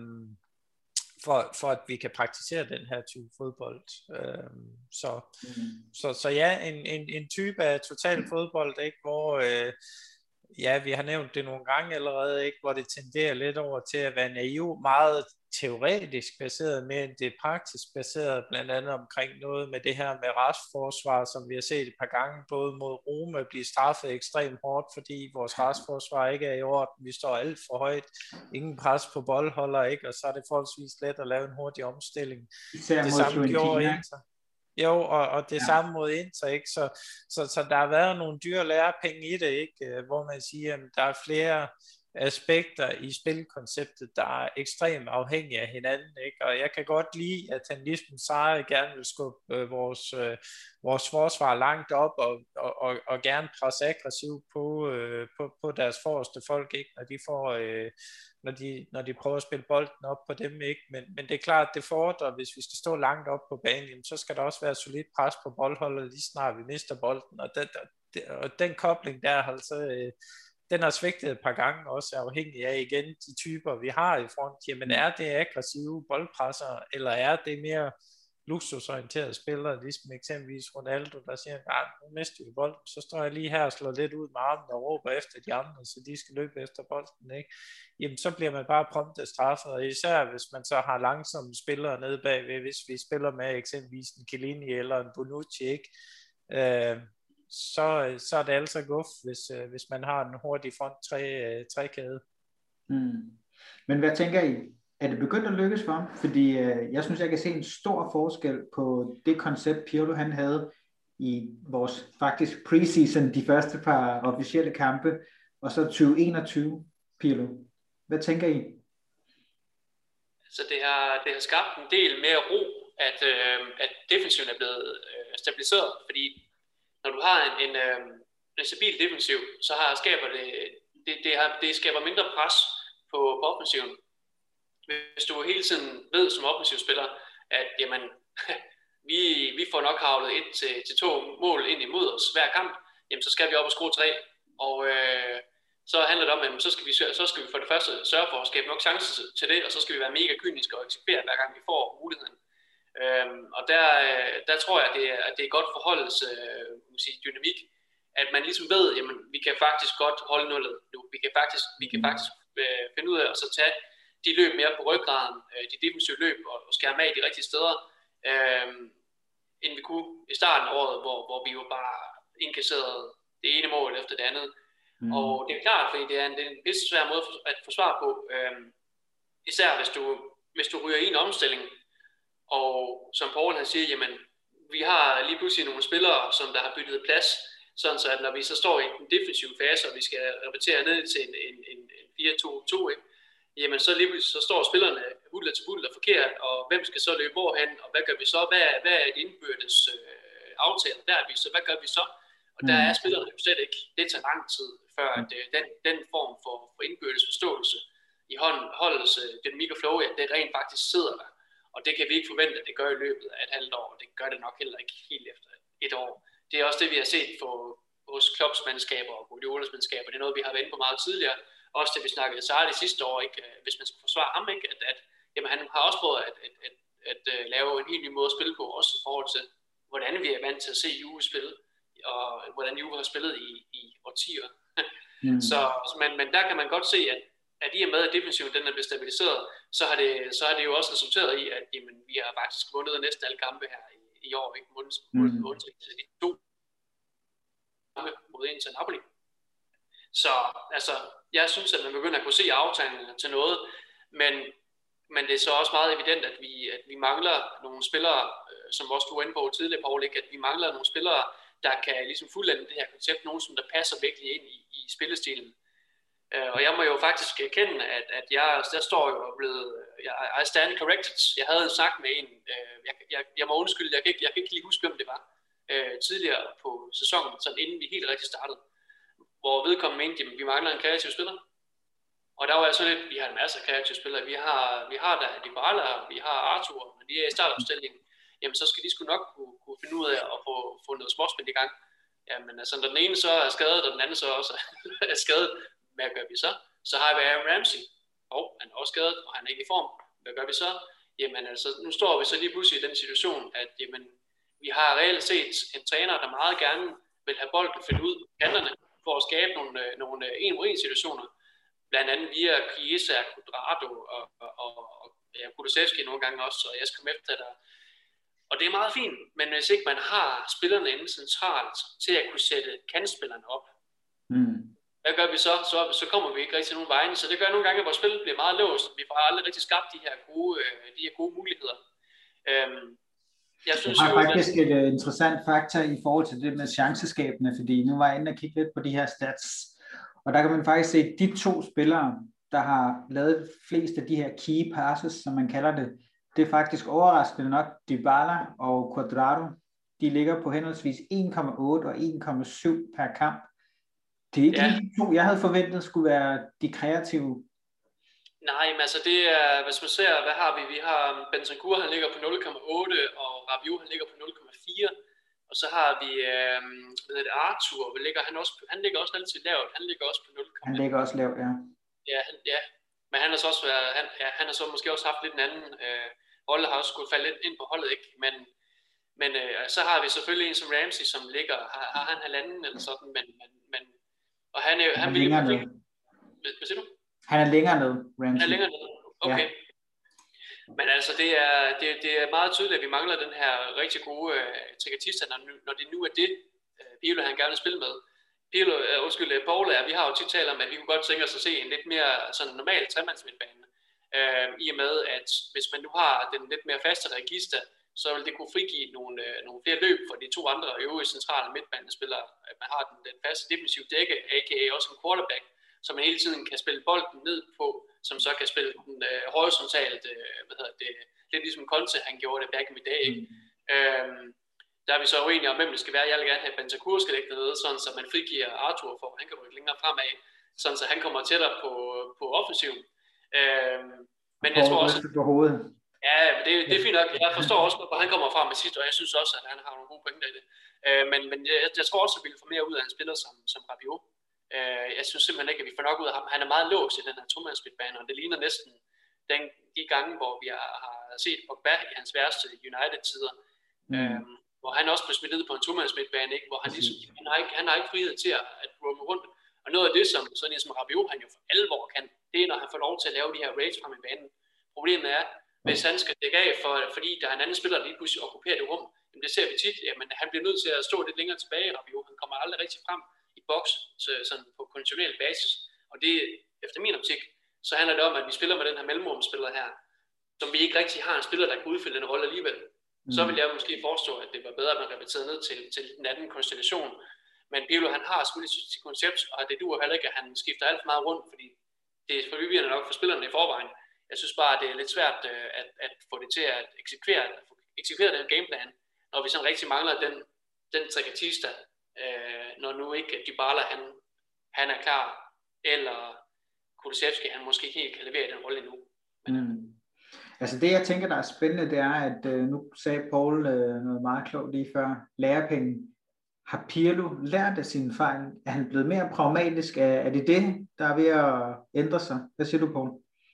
for, for at vi kan praktisere den her type fodbold. Øh, så, mm. så, så ja, en, en, en type af total fodbold, ikke, hvor øh, ja, vi har nævnt det nogle gange allerede, ikke, hvor det tenderer lidt over til at være naiv, meget teoretisk baseret, mere end det er praktisk baseret, blandt andet omkring noget med det her med restforsvar, som vi har set et par gange, både mod Roma blive straffet ekstremt hårdt, fordi vores restforsvar ikke er i orden, vi står alt for højt, ingen pres på boldholder, ikke, og så er det forholdsvis let at lave en hurtig omstilling. Især det mod samme gjorde Inter. Jo, og, og det ja. samme mod Inter, ikke? Så, så, så der har været nogle dyre lærepenge i det, ikke? Hvor man siger, at der er flere aspekter i spilkonceptet, der er ekstremt afhængige af hinanden, ikke? Og jeg kan godt lide, at han ligesom Sarri gerne vil skubbe øh, vores, øh, vores forsvar langt op, og, og, og, og gerne presse aggressivt på, øh, på, på deres forreste folk, ikke? Når de får... Øh, når de, når de prøver at spille bolden op på dem, ikke? Men, men det er klart, at det fordrer, hvis vi skal stå langt op på banen, så skal der også være solidt pres på boldholdet, lige snart vi mister bolden, og den, og den kobling der, altså, øh, den har svigtet et par gange, også afhængig af igen de typer, vi har i front. Jamen er det aggressive boldpresser, eller er det mere luksusorienterede spillere, ligesom eksempelvis Ronaldo, der siger, at nu mister vi bolden, så står jeg lige her og slår lidt ud med armen og råber efter de andre, så de skal løbe efter bolden, ikke? Jamen så bliver man bare promptet straffet, og især hvis man så har langsomme spillere nede bagved, hvis vi spiller med eksempelvis en Chiellini eller en Bonucci, ikke? Øh, så, så er det altså guf, hvis, hvis man har en hurtig front tre, trækæde. Mm. Men hvad tænker I? Er det begyndt at lykkes for ham? Fordi øh, jeg synes, jeg kan se en stor forskel på det koncept, Pirlo han havde i vores faktisk preseason, de første par officielle kampe, og så tyve enogtyve Pirlo. Hvad tænker I? Så det har, det har skabt en del mere ro, at, øh, at defensiven er blevet øh, stabiliseret, fordi når du har en, en, øh, en stabil defensiv, så har, skaber det, det, det, har, det skaber mindre pres på, på offensiven. Hvis du hele tiden ved som offensiv spiller, at jamen, vi, vi får nok havlet et til, til to mål ind imod os hver kamp, jamen, så skal vi op og skrue tre, og øh, så handler det om, at så skal, vi, så skal vi for det første sørge for at skabe nok chancer til det, og så skal vi være mega kyniske og eksekvere hver gang vi får muligheden. Øhm, og der, der tror jeg, at det er, at det er godt forholdes øh, sige, dynamik, at man ligesom ved, jamen vi kan faktisk godt holde nullet nu, vi kan faktisk, vi kan faktisk øh, finde ud af at så tage de løb mere på ryggraden, øh, de defensive løb og, og skære med i de rigtige steder, øh, end vi kunne i starten af året, hvor, hvor vi jo bare inkasserede det ene mål efter det andet. Mm. Og det er klart, fordi det er en, det er en pisse svær måde at forsvare på, øh, især hvis du, hvis du ryger i en omstilling, og som Paul han siger, jamen vi har lige pludselig nogle spillere, som der har byttet plads, sådan så at når vi så står i den defensive fase, og vi skal repetere ned til en, en, en, en fire to to, ikke? Jamen så lige pludselig så står spillerne hulter til bulter forkert, og hvem skal så løbe hvorhen, og hvad gør vi så? Hvad er, hvad er de indbyrdes øh, aftaler der? Er vi så, hvad gør vi så? Og der er spillerne jo slet ikke. Det tager lang tid, før at, øh, den, den form for, for indbyrdes forståelse i holdets øh, dynamik og flow, ja, det rent faktisk sidder der. Og det kan vi ikke forvente, at det gør i løbet af et halvt år, og det gør det nok heller ikke helt efter et år. Det er også det, vi har set på, hos klubsmandskaber og Guardiolas mandskaber. Det er noget, vi har været inde på meget tidligere. Også det, vi snakkede Sarri sidste år, ikke? Hvis man skal forsvare ham, ikke? At, at jamen, han har også prøvet at, at, at, at, at lave en helt ny måde at spille på, også i forhold til, hvordan vi er vant til at se Juve spille, og hvordan Juve har spillet i, i årtier. mm. så, men, men der kan man godt se, at, at i og med, at defensiven den er blevet stabiliseret, så har, det, så har det jo også resulteret i, at jamen, vi har faktisk vundet næsten alle kampe her i, i år, ikke? Munds, mm. Munds, de to kampe mod Inter Napoli. Så altså, jeg synes, at man begynder at kunne se aftegningerne til noget, men, men det er så også meget evident, at vi, at vi mangler nogle spillere, øh, som også du var inde på tidligere, Paul, ikke? At vi mangler nogle spillere, der kan ligesom fuldende det her koncept, nogen som der passer virkelig ind i, i spillestilen. Øh, og jeg må jo faktisk erkende, at, at jeg, der står jo blevet, jeg, I stand corrected. Jeg havde en snak med en, øh, jeg, jeg, jeg må undskylde, jeg kan, ikke, jeg kan ikke lige huske, hvem det var, øh, tidligere på sæsonen, sådan inden vi helt rigtig startede, hvor vedkommende mente, at vi mangler en kreativ spiller. Og der var jeg så lidt, vi har en masse kreative spillere. Vi har, vi har der Dybala, vi har Arthur, men de er i startopstillingen. Jamen så skal de sgu nok kunne, kunne finde ud af at få, få noget småspil i gang. Jamen altså, når den ene så er skadet, og den anden så også er skadet, hvad gør vi så? Så har vi Aaron Ramsey. Og han er også skadet, og han er ikke i form. Hvad gør vi så? Jamen altså, nu står vi så lige pludselig i den situation, at jamen, vi har reelt set en træner, der meget gerne vil have bolden fyldt ud på kanterne, for at skabe nogle, nogle en-mod-en situationer, blandt andet via Chiesa, Cuadrado og, og, og, og ja, Kulusevski nogle gange også, og jeg skal komme efter der. Og det er meget fint, men hvis ikke man har spillerne inde centralt til at kunne sætte kantspillerne op, mm. hvad gør vi så? så? Så kommer vi ikke rigtig til nogen vegne, så det gør nogle gange, at vores spil bliver meget låst, vi får aldrig rigtig skabt de her gode, de her gode muligheder. Øhm, Jeg synes jeg har jo, faktisk at... et uh, interessant faktor i forhold til det med chanceskabene, fordi nu var jeg inde og kigge lidt på de her stats, og der kan man faktisk se, at de to spillere, der har lavet flest af de her key passes, som man kalder det, det er faktisk overraskende nok Dybala og Cuadrado. De ligger på henholdsvis en komma otte og en komma syv per kamp. Det er ikke Ja. lige de to, jeg havde forventet skulle være de kreative. Nej, men altså det er, hvis man ser, hvad har vi? Vi har Bentancur, han ligger på nul komma otte, og Rabiot, han ligger på nul komma fire. Og så har vi øh, hvad hedder det, Arthur, hvad ligger han også på, han ligger også relativt lavt, han ligger også på nul komma fire. Han ligger også lavt, ja. Ja, han, ja. Men han har så også været, han, ja, han har så måske også haft lidt en anden øh, rolle, har også skulle falde lidt ind på holdet, ikke? Men, men øh, så har vi selvfølgelig en som Ramsey, som ligger, har, har han halvanden eller sådan, men, men, men og han, er, han, han vil jo... Hvad, hvad siger du? Han er længere ned, Ramsey. Han er længere ned, okay. Ja. Men altså, det er, det, det er meget tydeligt, at vi mangler den her rigtig gode uh, triggertister, når, når det nu er det, uh, Pirlo han gerne vil spille med. Pirlo, uh, undskyld, uh, Paul, er, vi har jo tit talt om, at vi kunne godt tænke os at se en lidt mere sådan normal tremandsmidtbane. Uh, I og med, at hvis man nu har den lidt mere faste register, så vil det kunne frigive nogle, uh, nogle flere løb for de to andre øvrige centrale midtbanespillere. At man har den, den faste defensive dække, aka også en quarterback, så man hele tiden kan spille bolden ned på, som så kan spille den øh, horisontalt, øh, hvad hedder det, lidt ligesom Conte, han gjorde det back in the day, ikke? Mm. Øhm, der er vi så uenige om, hvem det skal være. Jeg vil gerne have Bentancur skal ligge dernede, sådan så man frigiver Arthur for, han kan rykke længere fremad, sådan så han kommer tættere på, på offensiven. Øhm, men jeg tror også... På hovedet. Ja, det, det er fint nok. Jeg forstår også, hvor han kommer fra med sidst, og jeg synes også, at han har nogle gode pointer i det. Øh, men men jeg, jeg tror også, at vi vil få mere ud af en spiller som, som Rabiot. Jeg synes simpelthen ikke, at vi får nok ud af ham. Han er meget låst i den her tomandsmidtbane, og det ligner næsten den, de gange, hvor vi har, har set Pogba i hans værste United-tider, mm. øhm, hvor han også blev smidt ned på en tomandsmidtbane, ikke? Hvor han, ligesom, han, har ikke, han har ikke frihed til at, at roame rundt. Og noget af det, som sådan en som Rabiot, han jo for alvor kan, det er, når han får lov til at lave de her raids frem i banen. Problemet er, hvis han skal dække af, for, fordi der er en anden spiller, der lige pludselig okkuperer det rum, jamen det ser vi tit, jamen han bliver nødt til at stå lidt længere tilbage, Rabiot. Han kommer aldrig rigtig frem i boks, sådan på konditionel basis, og det efter min optik, så handler det om, at vi spiller med den her mellemrumspiller her, som vi ikke rigtig har en spiller, der kan udfylde den rolle alligevel. Mm. Så vil jeg måske forestå, at det var bedre, at man repeterede ned til, til den anden konstellation, men Pirlo, han har selvfølgelig sit koncept, og det duer heller ikke, at han skifter alt for meget rundt, fordi det er forvirrende nok for spillerne i forvejen. Jeg synes bare, at det er lidt svært at, at få det til at eksekvere, at eksekvere den gameplan, når vi sådan rigtig mangler den, den triggertista, Øh, når nu ikke Dybala han, han er klar, eller Kulusevski han måske ikke helt kan levere den rolle endnu. Mm. Altså det jeg tænker der er spændende, det er at øh, nu sagde Paul øh, noget meget klogt lige før, lærepenge. Har Pirlo lært af sine fejl? Er han blevet mere pragmatisk? Er, er det det, der er ved at ændre sig? Hvad siger du, Paul?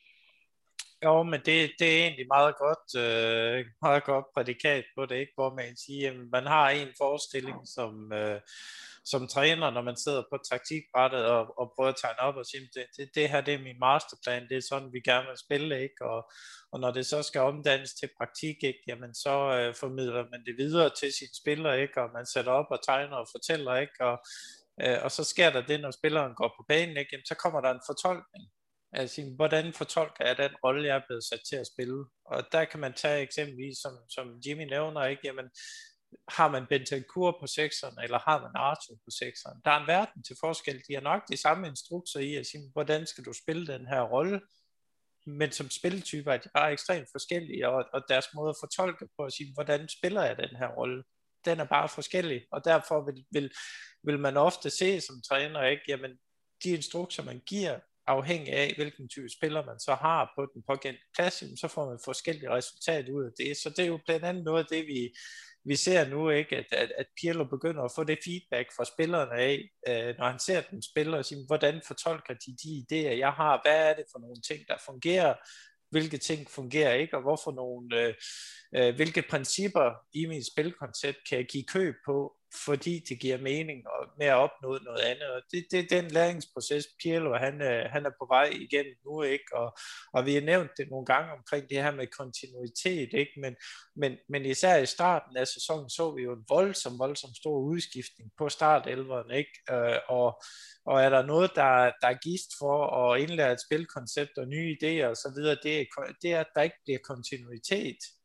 Jo, men det, det er egentlig meget godt, øh, meget godt prædikat på det, ikke? Hvor man siger, at man har en forestilling som, øh, som træner, når man sidder på taktikbrættet og, og prøver at tegne op og sige, det, det, det her det er min masterplan, det er sådan, vi gerne vil spille, ikke? Og, og når det så skal omdannes til praktik, ikke? Jamen så øh, formidler man det videre til sine spillere, ikke? Og man sætter op og tegner og fortæller, ikke? Og, øh, og så sker der det, når spilleren går på banen, ikke? Jamen, så kommer der en fortolkning. Altså, hvordan fortolker jeg den rolle, jeg er blevet sat til at spille? Og der kan man tage eksempelvis, som, som Jimmy nævner, ikke? Jamen, har man Bentancur på sekseren, eller har man Arthur på sekseren? Der er en verden til forskel. De har nok de samme instrukser i at sige, hvordan skal du spille den her rolle? Men som spilletyper er de bare ekstremt forskellige, og, og deres måde at fortolke på at sige, hvordan spiller jeg den her rolle? Den er bare forskellig, og derfor vil, vil, vil man ofte se som træner, ikke? Jamen, de instrukser, man giver, afhængig af, hvilken type spiller man så har på den pågældende plads, så får man forskellige resultater ud af det. Så det er jo blandt andet noget af det, vi, vi ser nu, ikke, at, at, at Pirlo begynder at få det feedback fra spillerne af, øh, når han ser dem spille, og siger, hvordan fortolker de de idéer, jeg har, hvad er det for nogle ting, der fungerer, hvilke ting fungerer ikke, og hvorfor nogle, øh, øh, hvilke principper i mit spilkoncept kan jeg give køb på, fordi det giver mening og med at opnå noget andet. Og det, det er den læringsproces, Pirlo han, han er på vej igennem nu, ikke? Og, og vi har nævnt det nogle gange omkring det her med kontinuitet, ikke? Men, men, men især i starten af sæsonen så vi jo en voldsom, voldsom stor udskiftning på startelveren, ikke? Øh, og, og er der noget, der, der er gist for at indlære et spilkoncept og nye idéer og så videre, det er, det er, at der ikke bliver kontinuitet.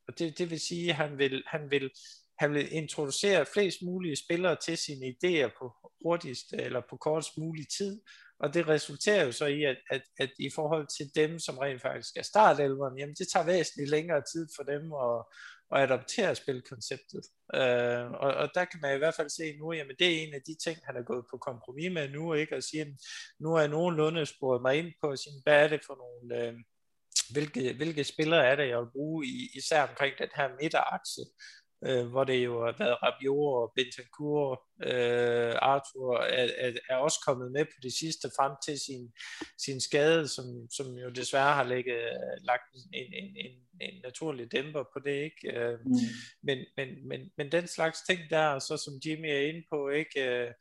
Og det, det vil sige, at han vil, han vil, han vil introducere flest mulige spillere til sine idéer på hurtigst eller på kortest mulig tid. Og det resulterer jo så i, at, at, at i forhold til dem, som rent faktisk er startelveren, jamen det tager væsentligt længere tid for dem at, at adoptere spilkonceptet. Uh, og, og der kan man i hvert fald se nu, jamen det er en af de ting, han er gået på kompromis med nu, ikke? Og siger, nu er jeg nogenlunde sporet mig ind på, sige, hvad er det for nogle, uh, hvilke, hvilke spillere er det, jeg vil bruge, i, især omkring den her midterakse, Øh, hvor det jo har været Rabiot og Bentancur, øh, Arthur er, er, er også kommet med på det sidste frem til sin, sin skade, som, som jo desværre har lægget, lagt en, en, en, en naturlig dæmper på det, ikke? Øh, mm. men, men, men, men den slags ting der, så som Jimmy er inde på, ikke? Øh,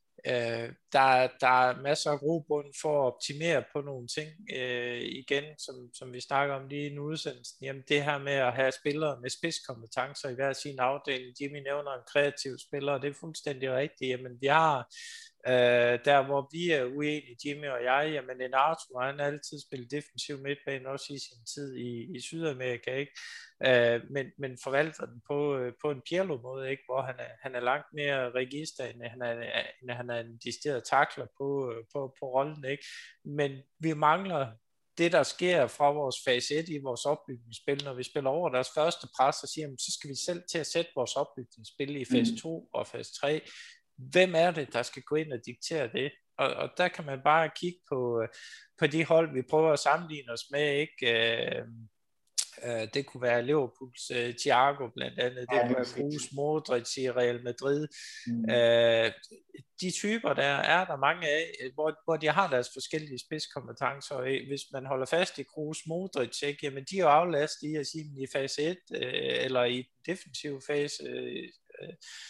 Øh, der, der er masser af grobund for at optimere på nogle ting øh, igen, som, som vi snakker om lige i en udsendelse. Jamen det her med at have spillere med spidskompetencer i hver sin afdeling. Jimmy nævner en kreativ spiller, og det er fuldstændig rigtigt. Jamen vi har øh, der hvor vi er uenige, Jimmy og jeg, jamen en Arthur, han har altid spillet defensiv midtbane, også i sin tid i, i Sydamerika, ikke? Øh, men, men forvalter den på, på en Pirlo-måde, ikke? Hvor han er, han er langt mere register, end han er, end han er en decideret takler på, på, på rollen, ikke? Men vi mangler det, der sker fra vores fase et i vores opbygningsspil, når vi spiller over deres første pres, og siger, så skal vi selv til at sætte vores opbygningsspil i fase to og fase tre. Hvem er det, der skal gå ind og diktere det? Og, og der kan man bare kigge på, på de hold, vi prøver at sammenligne os med, ikke? Øh, Uh, det kunne være Liverpools uh, Thiago blandt andet, det ja, kunne være Kroos, Modric i Real Madrid. Mm. Uh, de typer der er der mange af, hvor, hvor de har deres forskellige spidskompetencer, og hvis man holder fast i Kroos, Modric, ikke, jamen de er jo aflastet i at sige, i fase et uh, eller i den defensive fase, uh,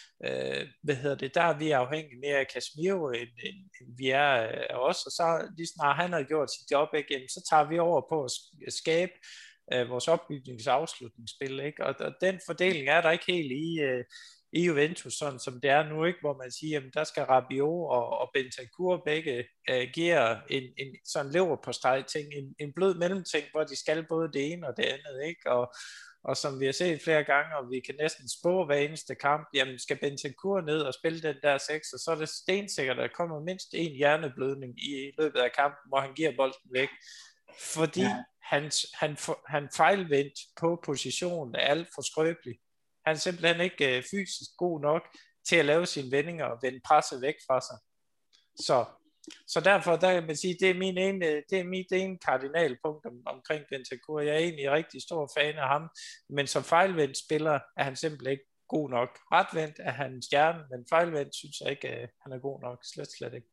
uh, hvad hedder det, der er vi afhængige mere af Casemiro, end, end, end vi er af os, og så lige snart han har gjort sit job, ikke, så tager vi over på at skabe vores opbygningsafslutningsspil, ikke? Og, og den fordeling er der ikke helt i, uh, i Juventus, sådan som det er nu, ikke? Hvor man siger, jamen der skal Rabiot og, og Bentancur begge agere en, en sådan leverpostej ting, en, en blød mellemting, hvor de skal både det ene og det andet, ikke? Og, og som vi har set flere gange, og vi kan næsten spå hver eneste kamp, jamen skal Bentancur ned og spille den der seks, og så er det stensikkert, at der kommer mindst en hjerneblødning i løbet af kampen, hvor han giver bolden væk. Fordi ja. han, han, han fejlvendt på positionen er alt for skrøbelig. Han er simpelthen ikke uh, fysisk god nok til at lave sine vendinger og vende presset væk fra sig. Så, så derfor der kan man sige, det er min ene, det er mit ene kardinalpunkt om, omkring Bentancur. Jeg er egentlig rigtig stor fan af ham, men som fejlvendt spiller er han simpelthen ikke god nok. Retvendt er han stjerne, men fejlvendt synes jeg ikke, uh, han er god nok. Slet, slet ikke.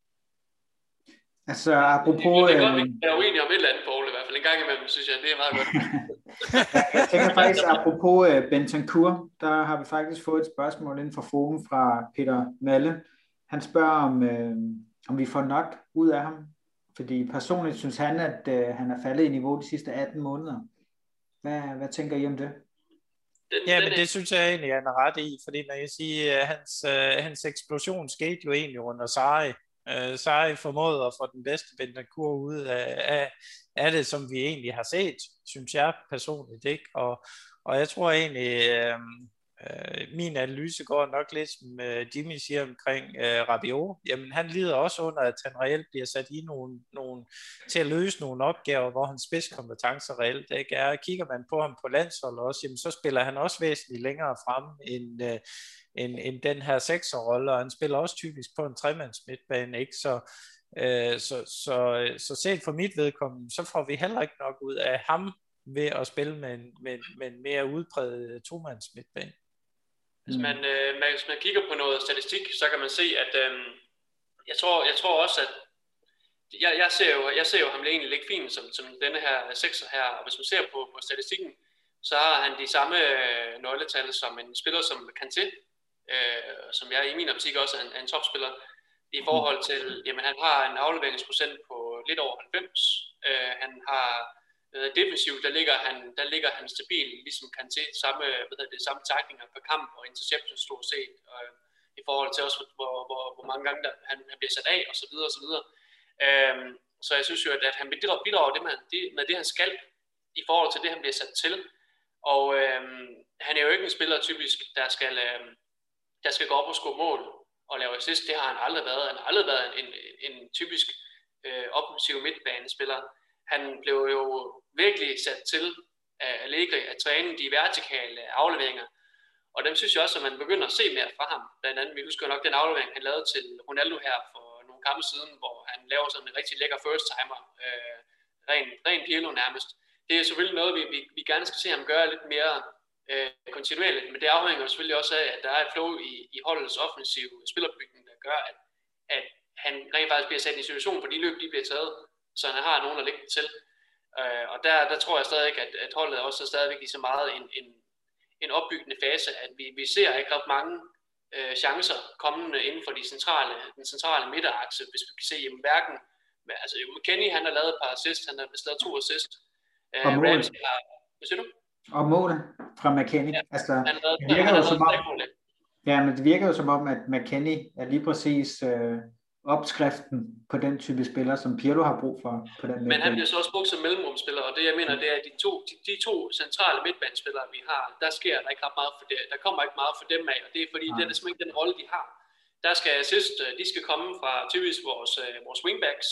Altså, apropos... Det er godt, vi er uenige om et eller andet, Poul, i hvert fald en gang imellem, synes jeg, det er meget godt. Jeg tænker faktisk, apropos uh, Bentancur, der har vi faktisk fået et spørgsmål inden for forum fra Peter Malle. Han spørger, om, uh, om vi får nok ud af ham, fordi personligt synes han, at uh, han er faldet i niveau de sidste atten måneder. Hvad, hvad tænker I om det? Den, ja, men det synes jeg egentlig, han er ret i, fordi når jeg siger, at hans, uh, hans eksplosion skete jo egentlig under Sarri. Uh, Sarri formåede at få den bedste Bentancur ud af, af, af det, som vi egentlig har set, synes jeg personligt, ikke? Og, og jeg tror egentlig, øh, øh, min analyse går nok lidt, som øh, Jimmy siger omkring øh, Rabiot. Jamen, han lider også under, at han reelt bliver sat i nogle, nogle, til at løse nogle opgaver, hvor hans spidskompetencer reelt ikke er. Kigger man på ham på landsholdet også, jamen, så spiller han også væsentligt længere frem end... Øh, End, end den her sekserrolle, og han spiller også typisk på en tremands midtbane, ikke? Så, øh, så, så, så set for mit vedkommende, så får vi heller ikke nok ud af ham ved at spille med en, med, med en mere udpræget tomands midtbane. Hvis man, øh, man, hvis man kigger på noget statistik, så kan man se, at øh, jeg, tror, jeg tror også, at jeg, jeg, ser jo, jeg ser jo ham egentlig lidt fint som, som denne her sekser her, og hvis man ser på, på statistikken, så har han de samme øh, nøgletal som en spiller som Kanté, Øh, som jeg i min optik også er en, er en topspiller i forhold til, jamen han har en afleveringsprocent på lidt over halvfems, øh, han har øh, defensivt, der ligger han, der ligger han stabil, ligesom Kanté, samme, hvad hedder det, samme taklinger per kamp og interception stort set, øh, i forhold til også, hvor, hvor, hvor mange gange der, han, han bliver sat af, og så videre, og så videre. Øh, så jeg synes jo, at, at han bidrager, bidrager det med, det, med det, han skal, i forhold til det, han bliver sat til. Og øh, han er jo ikke en spiller typisk, der skal, øh, der skal gå op og score mål og lave assist. Det har han aldrig været. Han har aldrig været en, en, en typisk øh, offensiv midtbanespiller. Han blev jo virkelig sat til at Allegri at træne de vertikale afleveringer. Og dem synes jeg også, at man begynder at se mere fra ham. Blandt andet, vi husker nok den aflevering, han lavede til Ronaldo her for nogle kampe siden, hvor han laver sådan en rigtig lækker first-timer. Øh, ren, ren Pirlo nærmest. Det er selvfølgelig noget, vi, vi, vi gerne skal se ham gøre lidt mere øh, kontinuerligt, men det afhænger selvfølgelig også af, at der er et flow i, i holdets offensive spillerbygning, der gør, at, at han rent faktisk bliver sat i en situation, hvor de løb de bliver taget, så han har nogen at lægge det til. Øh, og der, der tror jeg stadig, at, at holdet også er stadigvæk lige så meget en, en, en opbyggende fase, at vi, vi ser ikke ret mange øh, chancer kommende inden for de centrale, den centrale midterakse, hvis vi kan se, jamen hverken, altså McKennie, han har lavet et par assist, han har lavet to assist, og mål. Ramsey har, hvad siger du? Og mål fra McKennie. Ja, altså, han har lavet, det virker han jo har som lavet om, ja, men det virker jo som om, at McKennie er lige præcis øh, opskriften på den type spiller, som Pirlo har brug for på den Men han bliver så også brugt som mellemrumspiller, og det jeg mener, det er, at de to, de, de to centrale midtbanespillere, vi har, der sker der ikke ret meget for det. Der kommer ikke meget for dem af, og det er fordi, ja. det er simpelthen ikke den rolle, de har. Der skal assist, de skal komme fra typisk vores, vores wingbacks,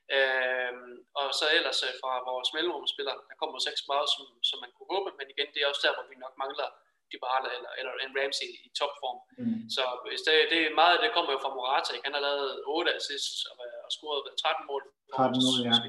øhm, og så ellers fra vores mellemrumspillere. Der kommer så ikke så meget, som, som man kunne håbe, men igen, det er også der, hvor vi nok mangler Dybala eller, eller en Ramsey i topform. Mm. Så hvis det, det er meget, det kommer jo fra Morata. Han har lavet otte assists og, og scoret tretten mål. tretten mål, ja.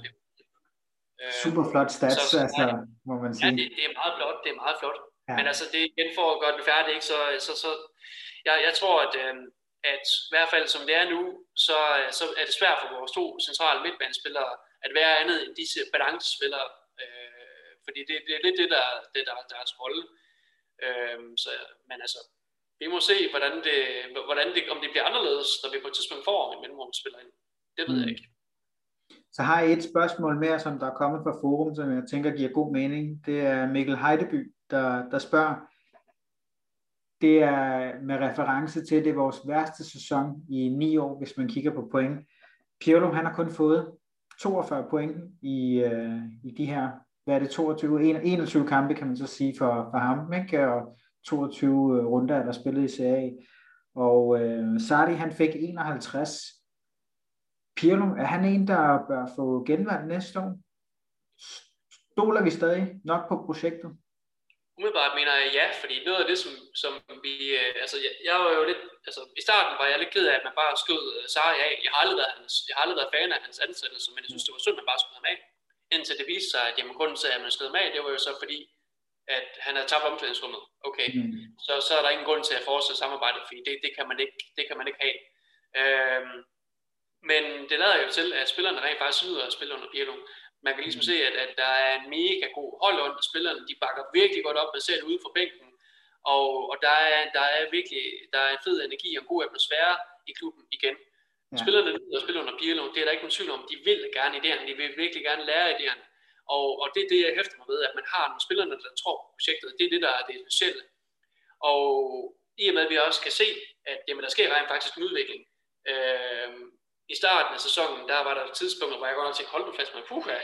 Øh, Super flot stats, så, altså, må man sige. Ja, det, det er meget flot, det er meget flot. Ja. Men altså, det igen for at gøre det færdigt, ikke? Så, så, så jeg, jeg tror, at, øh, at i hvert fald som det er nu, så, så er det svært for vores to centrale midtbanespillere at være andet end disse balancespillere. Øh, fordi det, det er lidt det, der, det, der, der er deres rolle. Øhm, så, men altså, vi må se, hvordan det, hvordan det, om det bliver anderledes, når vi på et tidspunkt får en mellemrumsspiller ind. Det ved mm. jeg ikke. Så har jeg et spørgsmål mere, som der er kommet fra forum, som jeg tænker giver god mening. Det er Mikkel Heideby, der, der spørger. Det er med reference til, det er vores værste sæson i ni år, hvis man kigger på point. Pirlo, han har kun fået toogfyrre point i, øh, i de her, hvad er det, toogtyve, enogtyve kampe, kan man så sige, for, for ham, ikke? Og toogtyve runder, der spillede i Serie A. Og øh, Sarri, han fik enoghalvtreds. Pirlo, er han en, der bør få genvalg næste år? Stoler vi stadig nok på projektet? Umiddelbart mener jeg ja, fordi noget af det, som, som vi, øh, altså jeg, jeg var jo lidt, altså i starten var jeg lidt ked af, at man bare skød Sarri af. Jeg har aldrig været, hans, jeg har aldrig været fan af hans ansættelse, men jeg synes, det var synd, at man bare skød ham af. Indtil det viste sig, at jamen, grunden til, at man skød ham af, det var jo så fordi, at han havde tabt omklædningsrummet. Okay, mm. så, så er der ingen grund til at fortsætte samarbejdet, fordi det, det, kan man ikke, det kan man ikke have. Øhm, men det lader jo til, at spillerne rent faktisk nyder at spille under Pirlo. Man kan ligesom se, at, at der er en mega god hold under spillerne. De bakker virkelig godt op, man ser det ude fra bænken. Og, og der, er, der er virkelig der er en fed energi og en god atmosfære i klubben igen. Ja. Spillerne nyder at spille under Pirlo, det er der ikke nogen tvivl om. De vil gerne idéerne, de vil virkelig gerne lære idéerne. Og, og det er det, jeg hæfter mig ved, at man har nogle spillerne, der tror på projektet. Det er det, der er det essentielle. Og i og med, at vi også kan se, at jamen, der sker rent faktisk en udvikling. Øh, I starten af sæsonen, der var der et tidspunkt, hvor jeg godt nok tænkte, hold nu fast med, puha,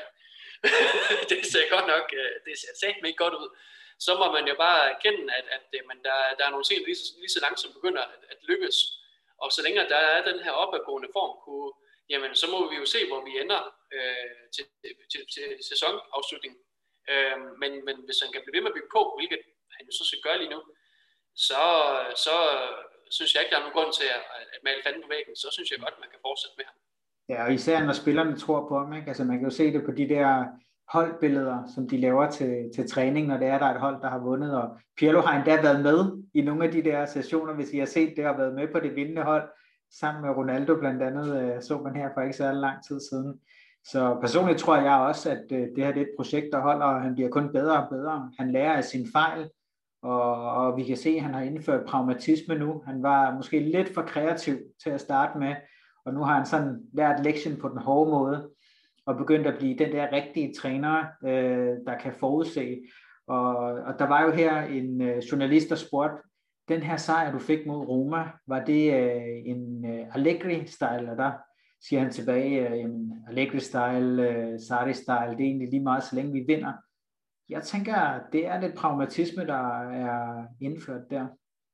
det ser godt nok, det ser satme ikke godt ud. Så må man jo bare erkende, at, at man, der, der er nogle ting, lige så, lige så langsomt begynder at, at lykkes. Og så længe der er den her opadgående form, kunne, jamen, så må vi jo se, hvor vi ender øh, til, til, til sæsonafslutningen. Øh, men, men hvis han kan blive ved med at bygge på, hvilket han jo så skal gøre lige nu, så, så synes jeg ikke, der er nogen grund til at, at male fanden på væggen. Så synes jeg godt, man kan fortsætte med ham. Ja, og især når spillerne tror på ham, ikke? Altså man kan jo se det på de der holdbilleder, som de laver til, til træning, når det er, der er et hold, der har vundet, og Pirlo har endda været med i nogle af de der sessioner, hvis I har set det, har været med på det vindende hold, sammen med Ronaldo blandt andet, så man her for ikke så lang tid siden. Så personligt tror jeg også, at det her det er et projekt, der holder, og han bliver kun bedre og bedre. Han lærer af sine fejl, og, og vi kan se, at han har indført pragmatisme nu. Han var måske lidt for kreativ til at starte med, og nu har han sådan lært lektion på den hårde måde, og begyndt at blive den der rigtige træner, øh, der kan forudse. Og, og der var jo her en øh, journalist, der spurgte, den her sejr, du fik mod Roma, var det øh, en øh, Allegri-style? Og der siger han tilbage, øh, jamen, Allegri-style, øh, Sarri-style, det er egentlig lige meget, så længe vi vinder. Jeg tænker, det er lidt pragmatisme, der er indført der.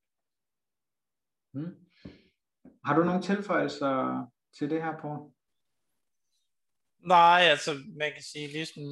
Hmm. Har du nogle tilføjelser til det her, Poul? Nej, altså man kan sige ligesom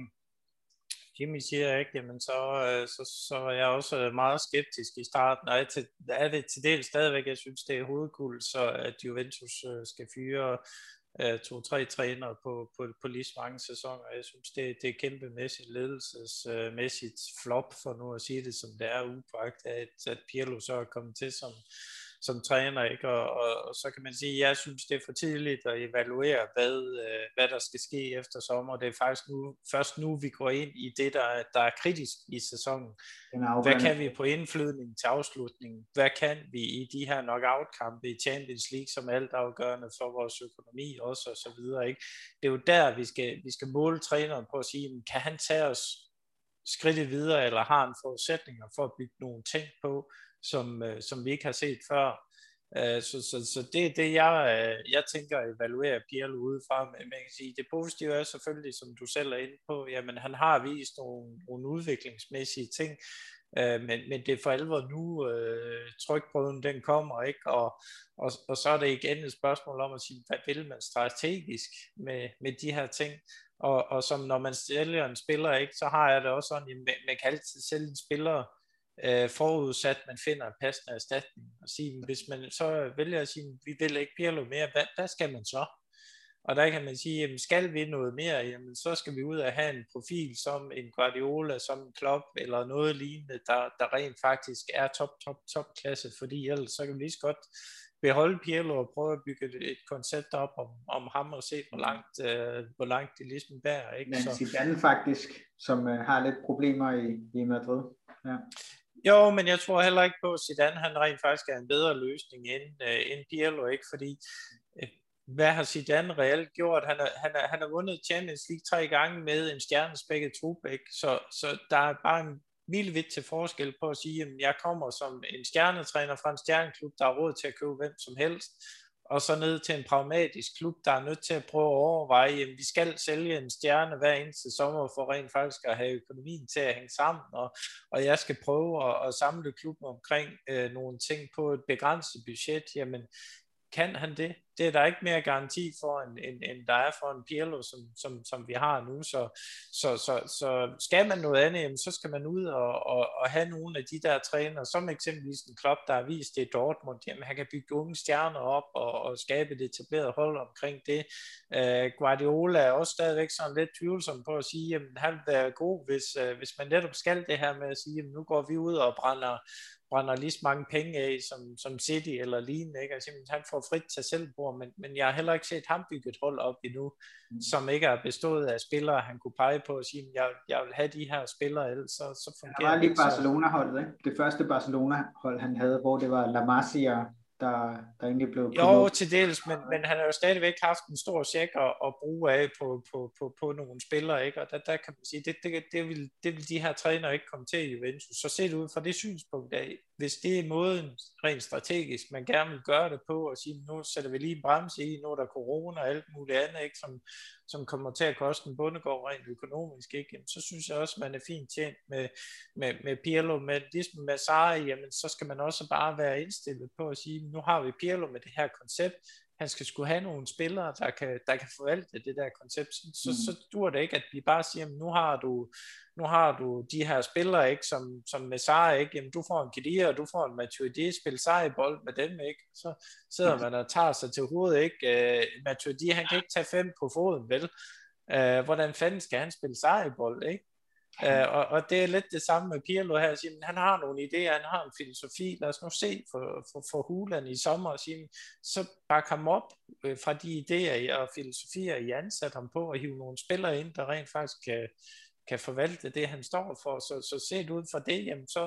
Jimmy siger ikke, jamen så, så, så er jeg også meget skeptisk i starten, og er, til, er det til del stadigvæk, jeg synes det er hovedkuld, så at Juventus skal fyre uh, to-tre trænere på, på, på lige så mange sæsoner. Jeg synes det, det er kæmpemæssigt ledelsesmæssigt flop, for nu at sige det som det er, upagt, at, at Pirlo så er kommet til som som træner, ikke? Og, og, og så kan man sige, at jeg synes, det er for tidligt at evaluere, hvad, øh, hvad der skal ske efter sommer. Det er faktisk nu, først nu, vi går ind i det, der, der er kritisk i sæsonen. Hvad kan vi på indflydning til afslutningen? Hvad kan vi i de her knockout-kampe i Champions League, som er alt afgørende for vores økonomi også, og så videre, ikke? Det er jo der, vi skal, vi skal måle træneren på at sige, kan han tage os skridtet videre, eller har han forudsætninger for at bygge nogle ting på, som, øh, som vi ikke har set før. Øh, så, så, så det er det, jeg, øh, jeg tænker at evaluere Pirlo udefra. Men man kan sige, det positive er selvfølgelig, som du selv er inde på, jamen han har vist nogle, nogle udviklingsmæssige ting, øh, men, men det er for alvor nu, øh, trykprøven den kommer, ikke? Og, og, og så er det igen et spørgsmål om at sige, hvad vil man strategisk med, med de her ting? Og, og som når man sælger en spiller, ikke, så har jeg det også sådan, at man kan altid sælge en spiller, Øh, forudsat man finder en passende erstatning, og sige, hvis man så vælger at sige, vi vil ikke Pirlo mere, hvad, hvad skal man så? Og der kan man sige, jamen, skal vi noget mere, jamen, så skal vi ud og have en profil som en Guardiola, som en Klopp, eller noget lignende, der, der rent faktisk er top, top, top klasse, fordi ellers så kan vi lige så godt beholde Pirlo og prøve at bygge et, et koncept op om, om ham og se, hvor langt, øh, hvor langt det ligesom bærer. Ikke? Men så Zidane faktisk, som øh, har lidt problemer i, i Madrid. Ja. Jo, men jeg tror heller ikke på, at Zidane han rent faktisk er en bedre løsning end, øh, end Pirlo, ikke? Fordi øh, hvad har Zidane reelt gjort? Han har, han, har, han har vundet Champions League tre gange med en stjernespækket trup, ikke? Så, så der er bare en milevidt til forskel på at sige, at jeg kommer som en stjernetræner fra en stjerneklub, der har råd til at købe hvem som helst, og så ned til en pragmatisk klub, der er nødt til at prøve at overveje, at vi skal sælge en stjerne hver eneste sommer, for rent faktisk at have økonomien til at hænge sammen, og, og jeg skal prøve at, at samle klubben omkring øh, nogle ting på et begrænset budget. Jamen, kan han det? Det er der ikke mere garanti for, end, end, end der er for en Pirlo, som, som, som vi har nu. Så, så, så, så skal man noget andet, jamen, så skal man ud og, og, og have nogle af de der trænere, som eksempelvis en Klopp, der har vist det i Dortmund. Jamen, han kan bygge unge stjerner op og, og skabe et etableret hold omkring det. Uh, Guardiola er også stadigvæk sådan lidt tvivlsom på at sige, jamen, han vil være god, hvis, uh, hvis man netop skal det her med at sige, jamen, nu går vi ud og brænder brænder lige så mange penge af som, som City eller lignende, ikke? Altså, han får frit til selvbord, men, men jeg har heller ikke set ham bygge et hold op endnu, mm. som ikke er bestået af spillere, han kunne pege på og sige, jeg, jeg vil have de her spillere, ellers så, så fungerer det. Der var lige Barcelona-holdet, ikke? Det første Barcelona-hold, han havde, hvor det var La Masia, der, der egentlig blev... Jo, til dels, men, men han har jo stadigvæk haft en stor check at, at bruge af på, på, på, på nogle spillere, ikke? Og der, der kan man sige, det, det, det, vil, det vil de her trænere ikke komme til i Juventus. Så set ud fra det synspunkt af, hvis det er måden rent strategisk, man gerne vil gøre det på, og sige, nu sætter vi lige en bremse i, nu er der corona og alt muligt andet, ikke? Som, som kommer til at koste en bondegård rent økonomisk, ikke? Jamen, så synes jeg også, man er fint tjent med, med, med Pirlo, men ligesom med Sarri, jamen, så skal man også bare være indstillet på at sige, nu har vi Pirlo med det her koncept, han skal skulle have nogle spillere, der kan, der kan forvalte det der koncept, så, mm. så, så dur det ikke, at vi bare siger, nu har du, nu har du de her spillere, ikke, som, som med Sarri, ikke, jamen, du får en Khedira, og du får en Matuidi, spil Sarri-bold med dem, ikke, så sidder man og tager sig til hovedet, ikke, uh, Matuidi, han kan ikke tage fem på foden, vel, uh, hvordan fanden skal han spille Sarri-bold, ikke? Uh, og, og det er lidt det samme med Pirlo her, sige, han har nogle idéer, han har en filosofi, lad os nu se for, for, for Huland i sommer, og sige, så bak ham op uh, fra de idéer og filosofier, I ansat ham på, og hive nogle spillere ind, der rent faktisk kan, kan forvalte det, han står for, så, så set ud fra det, jamen så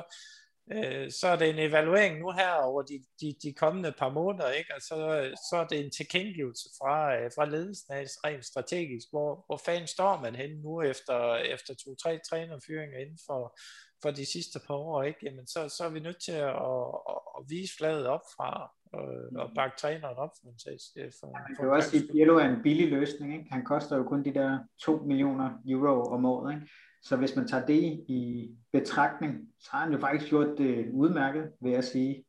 øh, så er det en evaluering nu her over de, de, de kommende par måneder, ikke? Og så, så er det en tilkendegivelse fra, fra ledelsen af rent strategisk, hvor, hvor fanden står man henne nu efter, efter to-tre trænerfyringer inden for, for de sidste par år, ikke? Jamen, så, så er vi nødt til at, at, at, at vise flaget op fra og, og bakke træneren op for en sags. For, ja, man for kan jo også sige, at Pirlo er en billig løsning. Ikke? Han koster jo kun de der to millioner euro om året. Ikke? Så hvis man tager det i betragtning, så har han jo faktisk gjort det udmærket, vil jeg sige.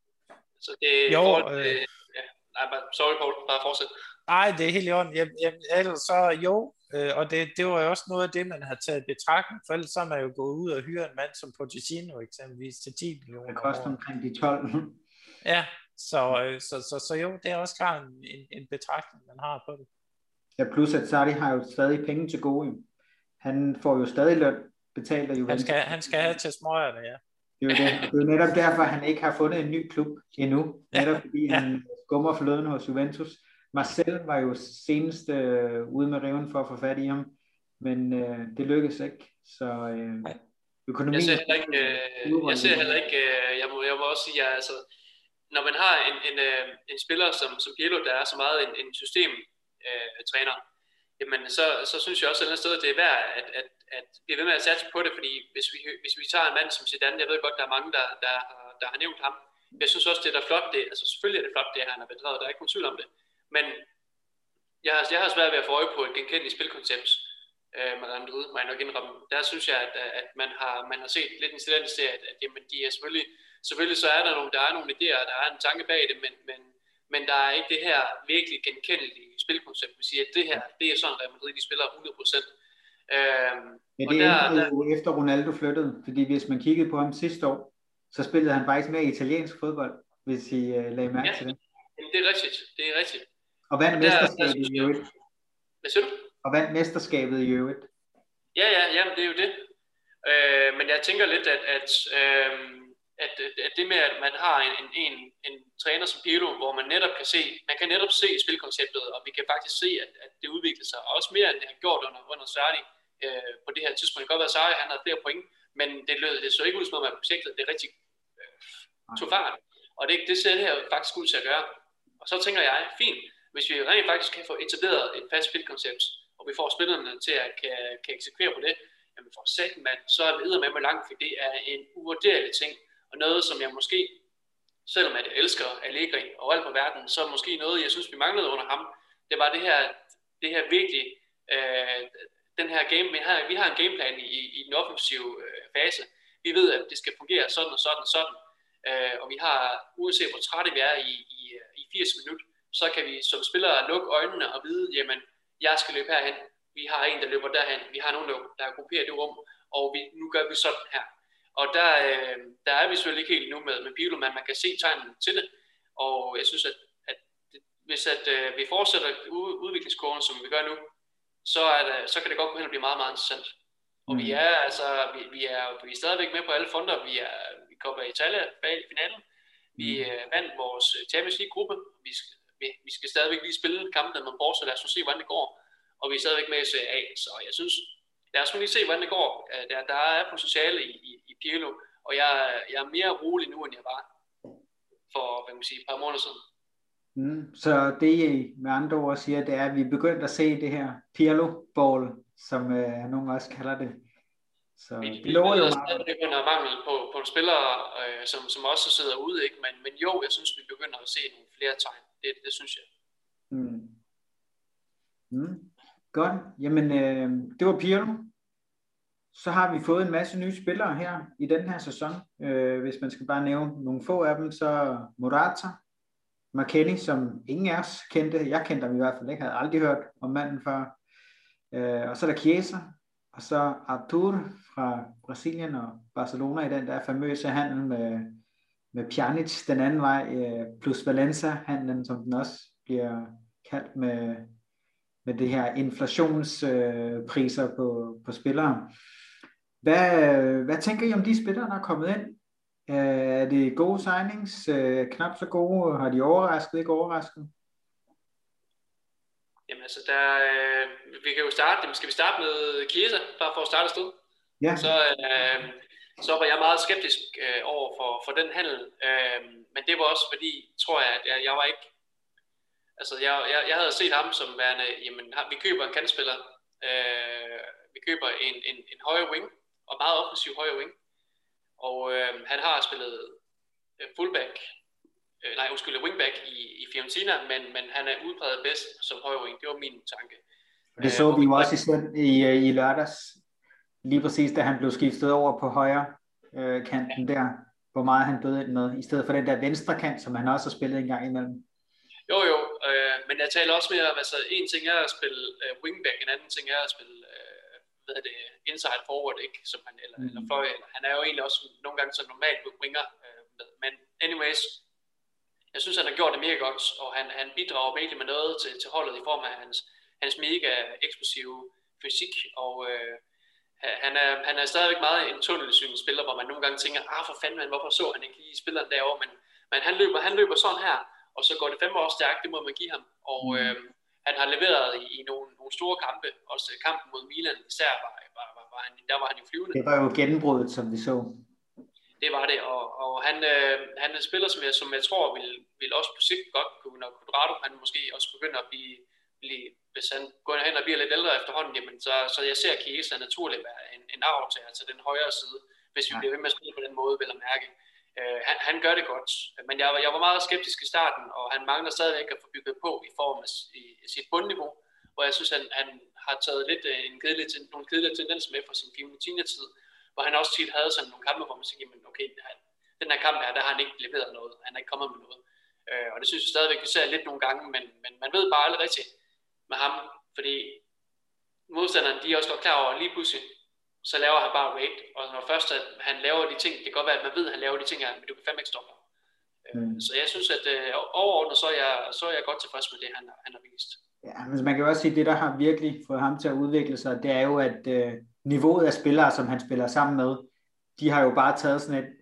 Så det jo, forhold, øh, øh, ja, nej, bare, sorry Paul, bare fortsæt. Nej, det er helt i orden. Jamen, jamen, ellers så jo, øh, og det, det var jo også noget af det, man har taget i betragtning, for ellers så er man jo gået ud og hyret en mand som Pochettino eksempelvis til ti millioner. Det koster omkring de tolv. Ja, så, øh, så, så, så jo, det er også klart en, en, en betragtning, man har på det. Ja, plus at Sarri har jo stadig penge til gode. Han får jo stadig løn betalt af Juventus. Han skal, han skal have til smøgerne, ja. Det er jo det. Og det er jo netop derfor, han ikke har fundet en ny klub endnu. Netop fordi ja. han skummer forløden hos Juventus. Marcel var jo senest øh, ude med riven for at få fat i ham, men øh, det lykkedes ikke. Så øh, økonomien... Jeg ser heller ikke, øh, jeg ser heller ikke øh, jeg, må, jeg må også sige, at altså, når man har en, en, øh, en spiller som, som Pirlo, der er så meget en, en systemtræner, øh, jamen så, så synes jeg også et eller andet sted, at det er værd at, at, at blive ved med at satse på det, fordi hvis vi, hvis vi tager en mand som Zidane, jeg ved godt, der er mange, der, der, der har nævnt ham, jeg synes også, det er flot, det, altså selvfølgelig er det flot, det han har bedrevet, der er ikke nogen tvivl om det, men jeg har, jeg har svært ved at få øje på et genkendeligt spilkoncept øh, med Real Madrid, må jeg nok indrømme. Der synes jeg, at, at man, har, man har set lidt en tendens til, at, at jamen, de er selvfølgelig, selvfølgelig så er der nogle, der er nogle idéer, der er en tanke bag det, men, men, men der er ikke det her virkelig genkendelige spilkoncept. Man siger, at det her, det er sådan, at Madrid de spiller hundrede procent. Øhm, ja, det er jo efter Ronaldo flyttede, fordi hvis man kiggede på ham sidste år, så spillede han faktisk mere italiensk fodbold, hvis I uh, lagde mærke ja, til det. Jamen, det er rigtigt, det er rigtigt. Og vandt mesterskabet i øvrigt. Hvad siger du? Og vandt mesterskabet i øvrigt. Ja, ja, jamen, det er jo det. Øh, men jeg tænker lidt, at, at, øh, at, at det med, at man har en, en, en, en træner som Pirlo, hvor man netop kan se, man kan netop se spilkonceptet, og vi kan faktisk se, at, at det udvikler sig, og også mere, end det har gjort under, under Sarri øh, på det her tidspunkt. Det kan godt være, at Sarri han havde flere point, men det, lød, det så ikke ud som om, at projektet det er rigtig øh, tog fart. Og det, det ser det her faktisk ud til at gøre. Og så tænker jeg, fint, hvis vi rent faktisk kan få etableret et fast spilkoncept, og vi får spillerne til at kan, kan eksekvere på det, jamen for satan mand, så er vi eddermame med langt, for det er en uvurderlig ting, og noget som jeg måske, selvom jeg elsker Allegri og alt på verden, så er måske noget, jeg synes vi manglede under ham, det var det her, det her virkelig, øh, den her game, vi har, vi har en gameplan i, i den offensive øh, fase, vi ved at det skal fungere sådan og sådan og sådan, øh, og vi har, uanset hvor trætte vi er i, i, i firs minutter, så kan vi som spillere lukke øjnene og vide, jamen, jeg skal løbe herhen, vi har en, der løber derhen, vi har nogen, der er grupperet det rum, og vi, nu gør vi sådan her. Og der, øh, der er vi selvfølgelig ikke helt nu med, med Pirlo, men man kan se tegnen til det, og jeg synes, at, at det, hvis at, øh, vi fortsætter udviklingskurven, som vi gør nu, så, er det, så kan det godt gå hen og blive meget, meget interessant. Og mm. vi er altså, vi, vi, er, vi er stadigvæk med på alle fronter, vi er, vi kommer i Italia bag finalen, vi øh, vandt vores Champions League-gruppe, vi skal, vi, vi skal stadigvæk lige spille kampen mod Borussia, lad os se, hvordan det går. Og vi er stadigvæk med i Serie A, så jeg synes, lad os lige se, hvordan det går. Der, der er potentiale i, i, i Pirlo, og jeg, jeg er mere rolig nu, end jeg var for hvad man sige, et par måneder siden. Mm, så det I med andre ord siger, det er, at vi er begyndt at se det her Pirlo-ball, som øh, nogen også kalder det. Så vi, det lover jo meget. Vi begynder at mangle på, på spillere, øh, som, som også sidder ude, ikke? Men, men jo, jeg synes, vi begynder at se nogle flere tegn. Det, det synes jeg. Mm. Mm. Godt. Jamen, øh, det var Pirlo. Så har vi fået en masse nye spillere her i den her sæson. Øh, hvis man skal bare nævne nogle få af dem, så Morata, McKennie, som ingen af os kendte. Jeg kendte ham i hvert fald ikke, havde aldrig hørt om manden før. Øh, og så er der Chiesa, og så Artur fra Brasilien og Barcelona i den der famøse handel med, med Pjanic den anden vej, øh, plus Valencia-handlen, som den også bliver kaldt med, med det her inflationspriser øh, på, på spillere. Hvad, hvad tænker I om de spillere, der er kommet ind? Er det gode signings? Knap så gode? Har de overrasket? Ikke overrasket? Jamen altså, der, øh, vi kan jo starte, men skal vi starte med Chiesa, bare for at starte et sted? Ja. Så, øh, så var jeg meget skeptisk øh, over for, for den handel, øh, men det var også fordi, tror jeg, at jeg, jeg var ikke, altså jeg, jeg, jeg havde set ham som værende, jamen vi køber en kantspiller, øh, vi køber en, en, en højre wing, og meget offensiv højre wing, og øh, han har spillet øh, fullback, øh, nej undskyld, wingback i, i Fiorentina, men, men han er udpræget bedst som højre wing. Det var min tanke. Det så vi jo også i, i, i lørdags, lige præcis da han blev skiftet over på højre øh, kanten ja. Der, hvor meget han bød ind med, i stedet for den der venstre kant, som han også har spillet en gang imellem. Jo jo, øh, men jeg taler også mere, altså en ting er at spille øh, wingback, en anden ting er at spille øh, hvad er det, inside forward, ikke, som han, eller, mm. eller fløj, eller, han er jo egentlig også nogle gange så normalt winger, øh, med, men anyways, jeg synes han har gjort det mega godt, og han, han bidrager virkelig med noget til, til holdet i form af hans, hans mega eksplosive fysik, og øh, han, er, han er stadigvæk meget en tunnelsynet spiller, hvor man nogle gange tænker, ah for fanden man, hvorfor så han ikke lige spilleren derovre, men, men han, løber, han løber sådan her, og så går det fem år stærkt, det må man give ham, og øh, han har leveret i, i nogle, nogle store kampe, også kampen mod Milan især, var, var, var, var han, der var han jo flyvende. Det var jo gennembruddet, som vi så. Det var det, og, og han, øh, han er en spiller, som jeg, som jeg tror vil, vil også på sigt godt kunne, når Cuadrado han måske også begynder at blive, blive, hvis han går hen og bliver lidt ældre efterhånden, jamen så, så jeg ser Chiesa naturligt være en, en aftager til den højre side, hvis vi ja. bliver ved med at spille på den måde, vil jeg mærke. Uh, han, han gør det godt, men jeg, jeg var meget skeptisk i starten, og han mangler stadigvæk at få bygget på i form af i, i sit bundniveau, hvor jeg synes, han, han har taget lidt en kedelig, nogle kedelige tendenser med fra sin Fiorentina-tid, hvor han også tit havde sådan nogle kampe, hvor man siger, men okay, den her kamp her, der har han ikke leveret noget, han har ikke kommet med noget, uh, og det synes jeg stadigvæk, vi ser lidt nogle gange, men, men man ved bare aldrig rigtigt med ham, fordi modstanderne, de er også godt klar over, lige pludselig, så laver han bare raid, og når først at han laver de ting, det kan godt være, at man ved, at han laver de ting her, men du kan fandme ikke stoppe. Mm. Så jeg synes, at øh, overordnet, så er, jeg, så er jeg godt tilfreds med det, han, han har vist. Ja, men man kan jo også sige, at det, der har virkelig fået ham til at udvikle sig, det er jo, at øh, niveauet af spillere, som han spiller sammen med, de har jo bare taget sådan et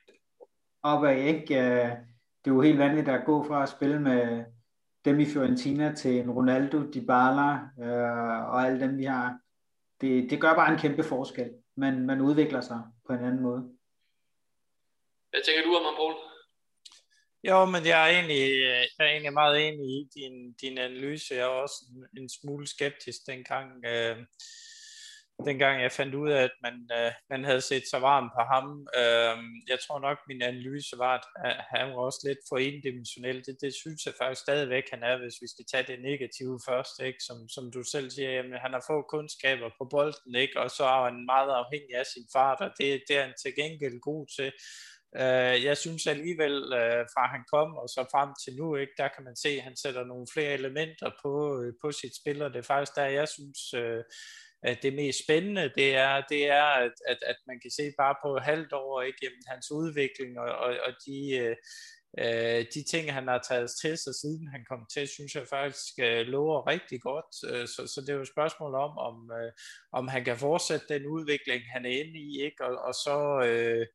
opad, ikke? Det er jo helt vanligt at gå fra at spille med dem i Fiorentina til en Ronaldo, Dybala øh, og alle dem, vi har. Det, det gør bare en kæmpe forskel, men man udvikler sig på en anden måde. Hvad tænker du om ham, Poul? Jo, men jeg er egentlig, jeg er egentlig meget enig i din, din analyse. Jeg er også en, en smule skeptisk dengang, øh, dengang jeg fandt ud af, at man, øh, man havde set så varmt på ham. Øh, jeg tror nok, min analyse var, at han var også lidt for endimensionel. Det, det synes jeg faktisk stadigvæk, han er, hvis vi skal tage det negative først, ikke? Som, som du selv siger, jamen, han har få kundskaber på bolden, ikke? Og så er han meget afhængig af sin fart, og det, det er han til gengæld god til. Uh, jeg synes alligevel, uh, fra han kom og så frem til nu, ikke, der kan man se, at han sætter nogle flere elementer på, uh, på sit spil, og det er faktisk der, jeg synes, uh, at det mest spændende, det er, det er at, at, at man kan se bare på halvt år, ikke, jamen, hans udvikling og, og, og de, uh, de ting, han har taget til sig, siden han kom til, synes jeg faktisk uh, lover rigtig godt. Uh, så, så det er jo et spørgsmål om, om, uh, om han kan fortsætte den udvikling, han er inde i, ikke, og, og så... Uh,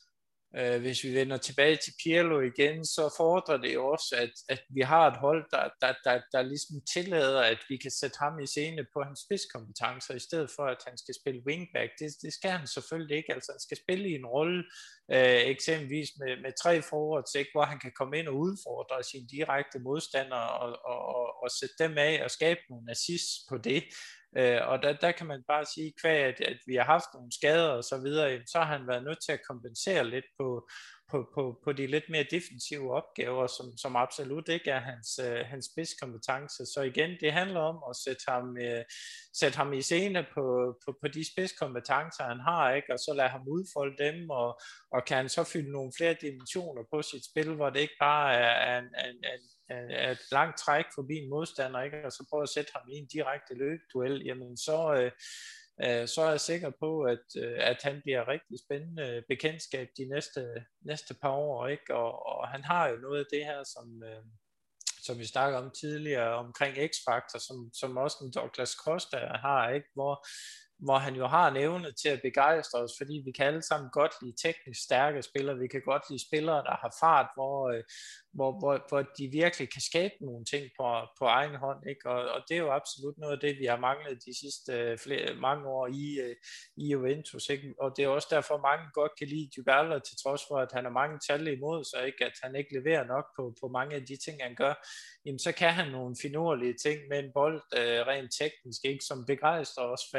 Uh, hvis vi vender tilbage til Pirlo igen, så fordrer det jo også, at, at vi har et hold, der, der, der, der ligesom tillader, at vi kan sætte ham i scene på hans spidskompetencer, i stedet for, at han skal spille wingback. Det, det skal han selvfølgelig ikke. Altså, han skal spille i en rolle, uh, eksempelvis med, med tre forwards, ikke, hvor han kan komme ind og udfordre sine direkte modstandere og, og, og, og sætte dem af og skabe nogle assists på det. Uh, og der, der kan man bare sige, kvæg at, at vi har haft nogle skader og så videre, så har han været nødt til at kompensere lidt på, på, på, på de lidt mere defensive opgaver, som, som absolut ikke er hans, uh, hans spidskompetence. Så igen, det handler om at sætte ham, uh, sætte ham i scene på, på, på de spidskompetencer, han har, ikke? Og så lade ham udfolde dem, og, og kan han så fylde nogle flere dimensioner på sit spil, hvor det ikke bare er en, en, en et langt træk forbi en modstander, ikke? Og så prøve at sætte ham i en direkte løbeduel, jamen så, øh, øh, så er jeg sikker på, at, øh, at han bliver rigtig spændende bekendtskab de næste, næste par år, ikke? Og, og han har jo noget af det her, som, øh, som vi snakkede om tidligere, omkring X-Factor, som, som også en Douglas Costa har, ikke? Hvor hvor han jo har en evne til at begejstre os, fordi vi kan alle sammen godt lide teknisk stærke spillere, vi kan godt lide spillere, der har fart, hvor, hvor, hvor, hvor de virkelig kan skabe nogle ting på, på egen hånd, ikke? Og, og det er jo absolut noget af det, vi har manglet de sidste flere, mange år i, i Juventus, ikke? Og det er også derfor, mange godt kan lide Dybala, til trods for, at han har mange tal imod sig, ikke? At han ikke leverer nok på, på mange af de ting, han gør, jamen så kan han nogle finurlige ting med en bold, øh, rent teknisk, ikke? Som begejstrer os fans, så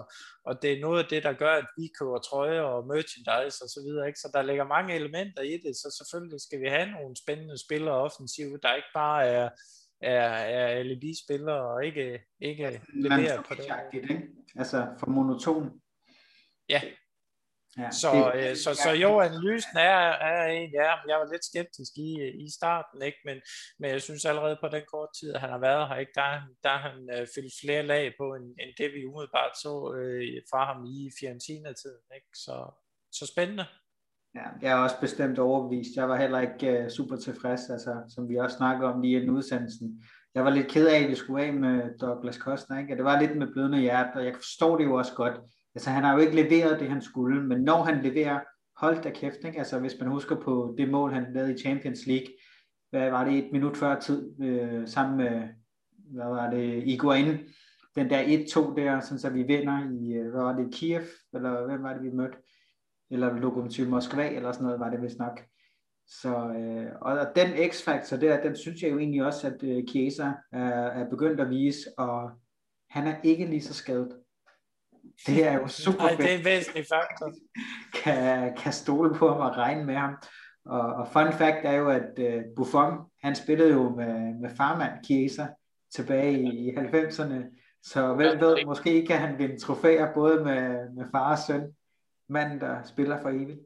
og det er noget af det, der gør, at vi køber trøjer og merchandise og så videre, ikke? Så der ligger mange elementer i det, så selvfølgelig skal vi have nogle spændende spillere offensivt, der ikke bare er, er, er L E D-spillere og ikke, ikke leverer på det. Ikke? Altså for monoton. Ja. Ja, så, det, øh, så, så jo, analysen er, er en, ja, jeg var lidt skeptisk i, i starten, ikke? Men, men jeg synes allerede på den kort tid, at han har været her, ikke? Der, der har han øh, fyldt flere lag på, end, end det vi umiddelbart så øh, fra ham i Fiorentina-tiden, ikke? Så, så spændende. Ja, jeg er også bestemt overbevist. Jeg var heller ikke uh, super tilfreds, altså, som vi også snakkede om lige inden udsendelsen. Jeg var lidt ked af, at vi skulle af med Douglas Costa, ikke? Og det var lidt med blødende hjerte, og jeg forstår det jo også godt. Altså han har jo ikke leveret det, han skulle, men når han leverer, hold da kæft, ikke? Altså hvis man husker på det mål, han lavede i Champions League, hvad var det, et minut før tid, øh, sammen med, hvad var det, Higuain, den der et to der, sådan så vi vinder i, hvad var det, Kiev, eller hvem var det, vi mødte, eller Lokomotiv Moskva, eller sådan noget, var det vist nok. Så, øh, og den X-faktor der, den synes jeg jo egentlig også, at øh, Chiesa er, er begyndt at vise, og han er ikke lige så skadet. Det er jo super fedt. fedt. Det er en væsentlig faktor. Kan, kan stole på ham og regne med ham. Og, og fun fact er jo, at uh, Buffon, han spillede jo med, med farmand Chiesa tilbage i halvfemserne. Så hvem ved, måske kan han vinde trofæer både med, med far og søn. Manden, der spiller for evigt.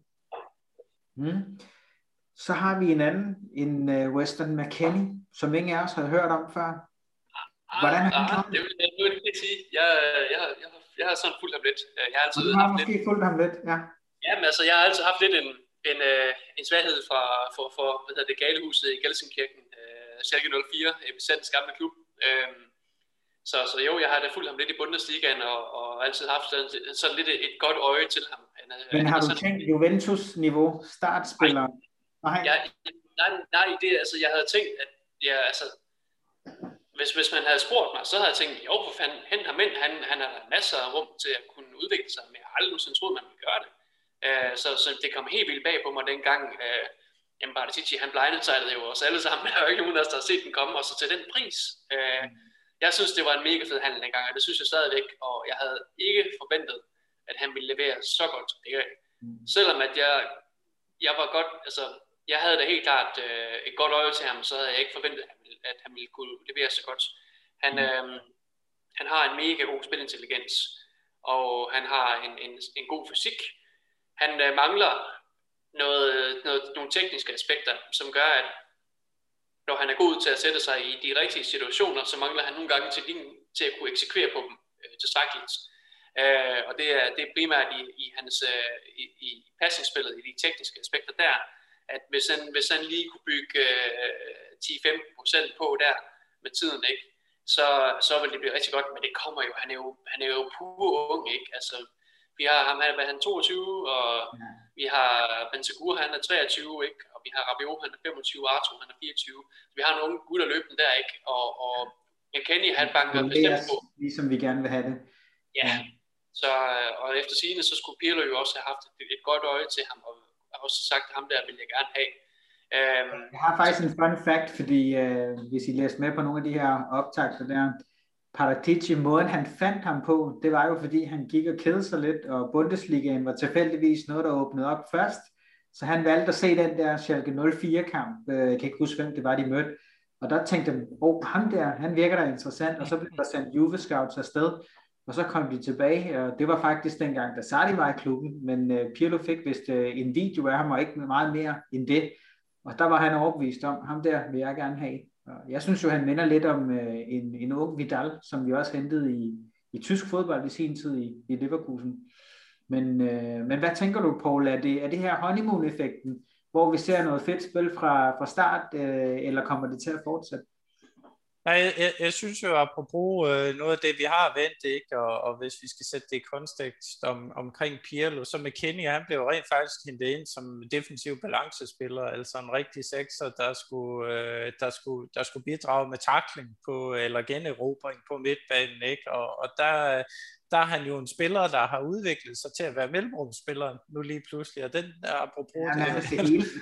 Mm. Så har vi en anden, en uh, Weston McKennie, som ingen af os havde hørt om før. Hvordan er han kommet? Det vil jeg ikke sige. Jeg, jeg, jeg, jeg har sådan fulgt ham lidt. Jeg har altid du har haft måske lidt... fulgt ham lidt, ja. Ja, men altså, jeg har altid haft lidt en, en, en svaghed fra, for, for hvad hedder det, Galehuset i Gelsenkirchen, uh, Schalke nul fire, Episendens gamle klub. Um, så, så jo, jeg har da fulgt ham lidt i Bundesligaen, og, og altid haft sådan, sådan lidt et, et godt øje til ham. Han, men han har du sådan, tænkt Juventus-niveau, startspiller? Nej, nej. Jeg, nej, nej det, altså, jeg havde tænkt, at jeg, altså, Hvis, hvis man havde spurgt mig, så havde jeg tænkt, jo, for fanden, hent ham ind, han, han har masser af rum til at kunne udvikle sig, men jeg har aldrig nogensinde troet, man ville gøre det. Uh, så, så det kom helt vildt bag på mig dengang, uh, jamen Barticic, han blindsidede jo os alle sammen, der er jo ikke nogen af os, der har set den komme, og så til den pris. Uh, jeg synes, det var en mega fed handel dengang, og det synes jeg stadigvæk, og jeg havde ikke forventet, at han ville levere så godt. Selvom at jeg, jeg var godt, altså, jeg havde da helt klart uh, et godt øje til ham, så havde jeg ikke forventet, at han ville kunne levere så godt. Han, øh, han har en mega god spilintelligens, og han har en, en, en god fysik. Han øh, mangler noget, noget, nogle tekniske aspekter, som gør, at når han er god til at sætte sig i de rigtige situationer, så mangler han nogle gange til, til at kunne eksekvere på dem øh, tilstrækkeligt. Øh, og det er, det er primært i, i hans øh, i, i passingspillet, i de tekniske aspekter der, at hvis han, hvis han lige kunne bygge øh, ti til femten procent på der med tiden, ikke, så, så vil det blive rigtig godt, men det kommer jo, han er jo, han er jo pur ung, ikke, altså, vi har ham, han er toogtyve, og ja. Vi har Bentancur, han er treogtyve, ikke, og vi har Rabiot, han er femogtyve, Arthur, han er fireogtyve, så vi har nogle gutter løbende der, ikke, og, og McKennie, han banker bestemt på. Ligesom vi gerne vil have det. Ja, ja. Så, og efter sigende, så skulle Pirlo jo også have haft et, et godt øje til ham, og har også sagt, at ham der vil jeg gerne have. Um, jeg har faktisk en fun fact, fordi uh, hvis I læste med på nogle af de her optagter der, Paratici, måden han fandt ham på, det var jo fordi han gik og kedede sig lidt, og Bundesligaen var tilfældigvis noget, der åbnede op først, så han valgte at se den der Schalke nul fire kamp, uh, jeg kan ikke huske hvem det var, de mødte, og der tænkte jeg, åh, oh, ham der, han virker da interessant, og så blev der sendt Juve Scouts afsted, og så kom de tilbage, og det var faktisk dengang, da Sarri var i klubben, men uh, Pirlo fik vist uh, en video af ham, og ikke meget mere end det. Og der var han overbevist om, ham der vil jeg gerne have. Og jeg synes jo, han minder lidt om øh, en, en ung Vidal, som vi også hentede i, i tysk fodbold i sin tid i, i Leverkusen. Men, øh, men hvad tænker du, Paul? Er det, er det her honeymoon-effekten, hvor vi ser noget fedt spil fra, fra start, øh, eller kommer det til at fortsætte? Nej, jeg, jeg, jeg synes jo, apropos øh, noget af det, vi har vendt, ikke, og, og hvis vi skal sætte det i kontekst om, omkring Pirlo, så McKennie, han blev rent faktisk hentet ind som defensiv balancespiller, altså en rigtig sekser, der skulle, øh, der skulle, der skulle bidrage med tackling på, eller generobring på midtbanen, ikke, og, og der, der er han jo en spiller, der har udviklet sig til at være mellemrumsspiller nu lige pludselig, og den er apropos ja, det. det hele.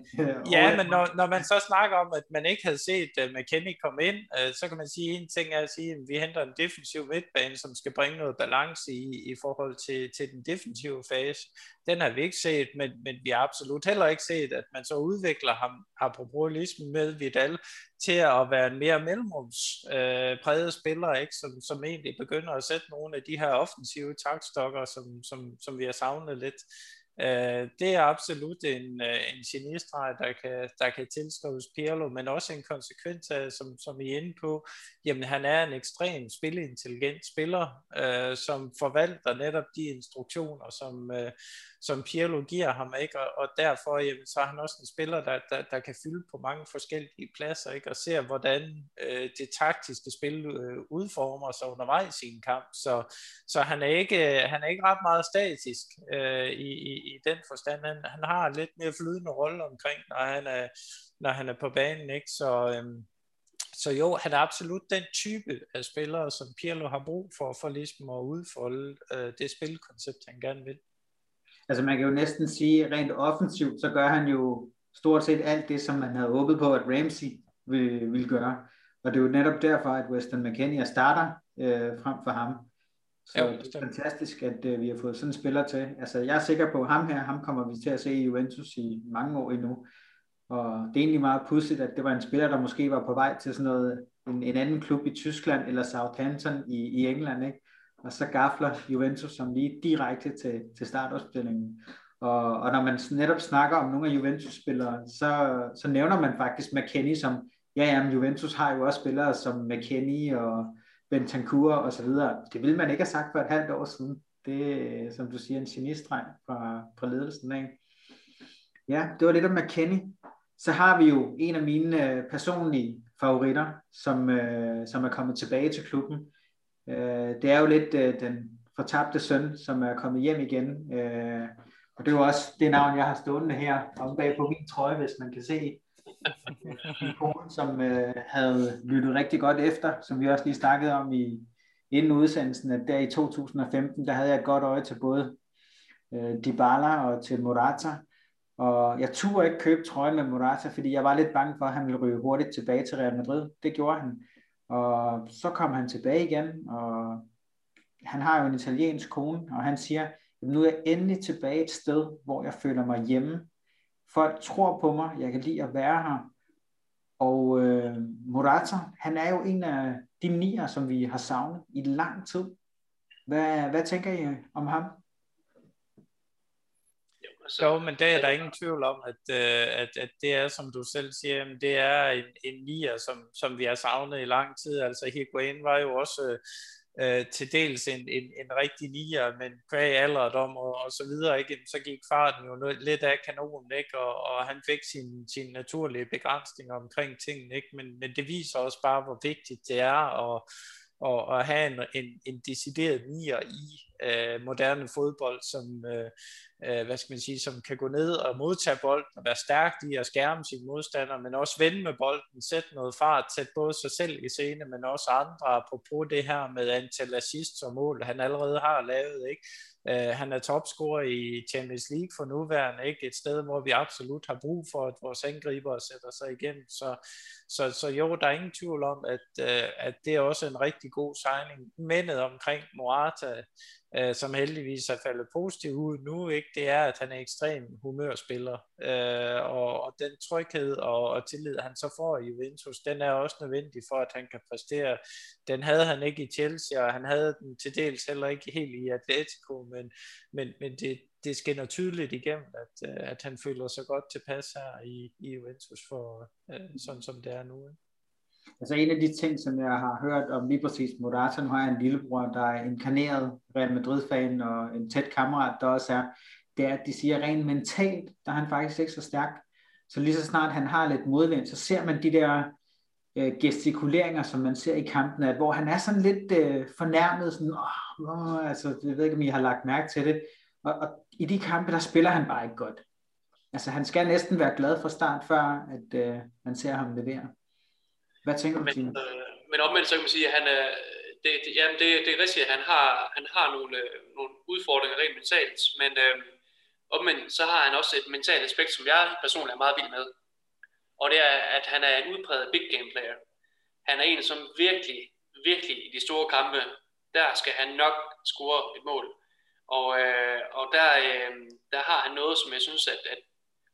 Ja, men når, når man så snakker om, at man ikke havde set uh, McKennie komme ind, uh, så kan man sige, en ting er at sige, at vi henter en defensiv midtbane, som skal bringe noget balance i, i forhold til, til den defensive fase. Den har vi ikke set, men, men vi har absolut heller ikke set, at man så udvikler ham, apropos ligesom med Vidal, til at være en mere mellemrumspræget uh, spiller, ikke? Som, som egentlig begynder at sætte nogle af de her offensive taktstokker, som, som, som vi har savnet lidt. Uh, det er absolut en, uh, en genistreg, der kan, der kan tilskrives Pirlo, men også en konsekvens af, som, som I er inde på, jamen han er en ekstrem spileintelligent spiller, uh, som forvalter netop de instruktioner, som, uh, som Pirlo giver ham, ikke? Og, og derfor jamen, så er han også en spiller, der, der, der kan fylde på mange forskellige pladser, ikke? Og ser, hvordan uh, det taktiske spil uh, udformer sig undervejs i en kamp, så, så han, er ikke, han er ikke ret meget statisk uh, i, i i den forstand. Han, han har lidt mere flydende rolle omkring, når han er, når han er på banen, ikke? Så, øhm, så jo, han er absolut den type af spillere, som Pirlo har brug for, for ligesom at udfolde øh, det spilkoncept, han gerne vil. Altså man kan jo næsten sige, rent offensivt, så gør han jo stort set alt det, som man havde håbet på, at Ramsey ville, ville gøre. Og det er jo netop derfor, at Weston McKennie starter øh, frem for ham. Så jo, det er fantastisk, at uh, vi har fået sådan en spiller til. Altså, jeg er sikker på, at ham her, ham kommer vi til at se i Juventus i mange år endnu. Og det er egentlig meget pudsigt, at det var en spiller, der måske var på vej til sådan noget, en, en anden klub i Tyskland, eller Southampton i, i England, ikke? Og så gafler Juventus som lige direkte til, til startopstillingen. Og, og når man netop snakker om nogle af Juventus-spillere, så, så nævner man faktisk McKennie som, ja, ja, Juventus har jo også spillere som McKennie og Bentancur og så videre. Det ville man ikke have sagt for et halvt år siden. Det er, som du siger, en genistreg fra, fra ledelsen af. Ja, det var lidt om McKennie. Så har vi jo en af mine øh, personlige favoritter, som, øh, som er kommet tilbage til klubben. Øh, det er jo lidt øh, den fortabte søn, som er kommet hjem igen. Øh, og det er jo også det navn, jeg har stående her om bag på min trøje, hvis man kan se. En kone, som øh, havde lyttet rigtig godt efter, som vi også lige snakkede om i inden udsendelsen, at der i to tusind og femten, der havde jeg et godt øje til både øh, Dybala og til Morata, og jeg turde ikke købe trøjen med Morata, fordi jeg var lidt bange for, at han ville ryge hurtigt tilbage til Real Madrid. Det gjorde han, og så kom han tilbage igen, og han har jo en italiensk kone, og han siger, nu er jeg endelig tilbage et sted, hvor jeg føler mig hjemme. Folk tror på mig, jeg kan lide at være her. Og øh, Morata, han er jo en af de nier, som vi har savnet i lang tid. Hvad, hvad tænker I om ham? Jo, men det er der ingen tvivl om, at, at, at det er, som du selv siger, det er en, en nier, som, som vi har savnet i lang tid. Altså Higuain var jo også øh, til dels en, en, en rigtig nier, men kvæg alderdom og, og så videre, ikke? Så gik farten jo lidt af kanonen, ikke? Og, og han fik sin, sin naturlige begrænsninger omkring tingene, ikke? Men, men det viser også bare, hvor vigtigt det er at, at, at have en, en, en decideret nier i øh, moderne fodbold, som øh, øh, hvad skal man sige, som kan gå ned og modtage bolden og være stærk i at skærme sine modstandere, men også vende med bolden, sætte noget fart, sætte både sig selv i scene, men også andre, apropos det her med antal assists og mål, han allerede har lavet, ikke? Uh, han er topscorer i Champions League for nuværende, ikke? Et sted, hvor vi absolut har brug for, at vores angriber sætter sig igennem. Så, så, så jo, der er ingen tvivl om, at, uh, at det er også en rigtig god signing. Mændet omkring Morata, uh, som heldigvis er faldet positivt ud nu, ikke? Det er, at han er ekstrem humørspiller. Uh, og, og den tryghed og, og tillid, han så får i Juventus, den er også nødvendig for, at han kan præstere. Den havde han ikke i Chelsea, og han havde den til dels heller ikke helt i Atletico, men, men, men det, det skinner tydeligt igennem, at, at han føler sig godt tilpas her i, i Juventus, for sådan som det er nu. Ikke? Altså en af de ting, som jeg har hørt om lige præcis Morata, nu har jeg en lillebror, der er inkarneret Real Madrid-fan og en tæt kammerat, der også er, det er, at de siger rent mentalt, der er han faktisk ikke så stærk. Så lige så snart han har lidt modvind, så ser man de der øh, gestikuleringer, som man ser i kampen, at hvor han er sådan lidt øh, fornærmet, sådan, åh, åh, altså, jeg ved ikke, om I har lagt mærke til det, og, og i de kampe, der spiller han bare ikke godt. Altså han skal næsten være glad fra start, før at øh, man ser ham levere. Hvad tænker du, Tine? Men, øh, men omvendt så kan man sige, at han er, det, det, jamen det, det er rigtigt, at han har, han har nogle, nogle udfordringer rent mentalt, men øh, omvendt så har han også et mentalt aspekt, som jeg personligt er meget vild med. Og det er, at han er en udpræget big game player. Han er en, som virkelig, virkelig i de store kampe, der skal han nok score et mål. Og, øh, og der, øh, der har han noget, som jeg synes, at, at,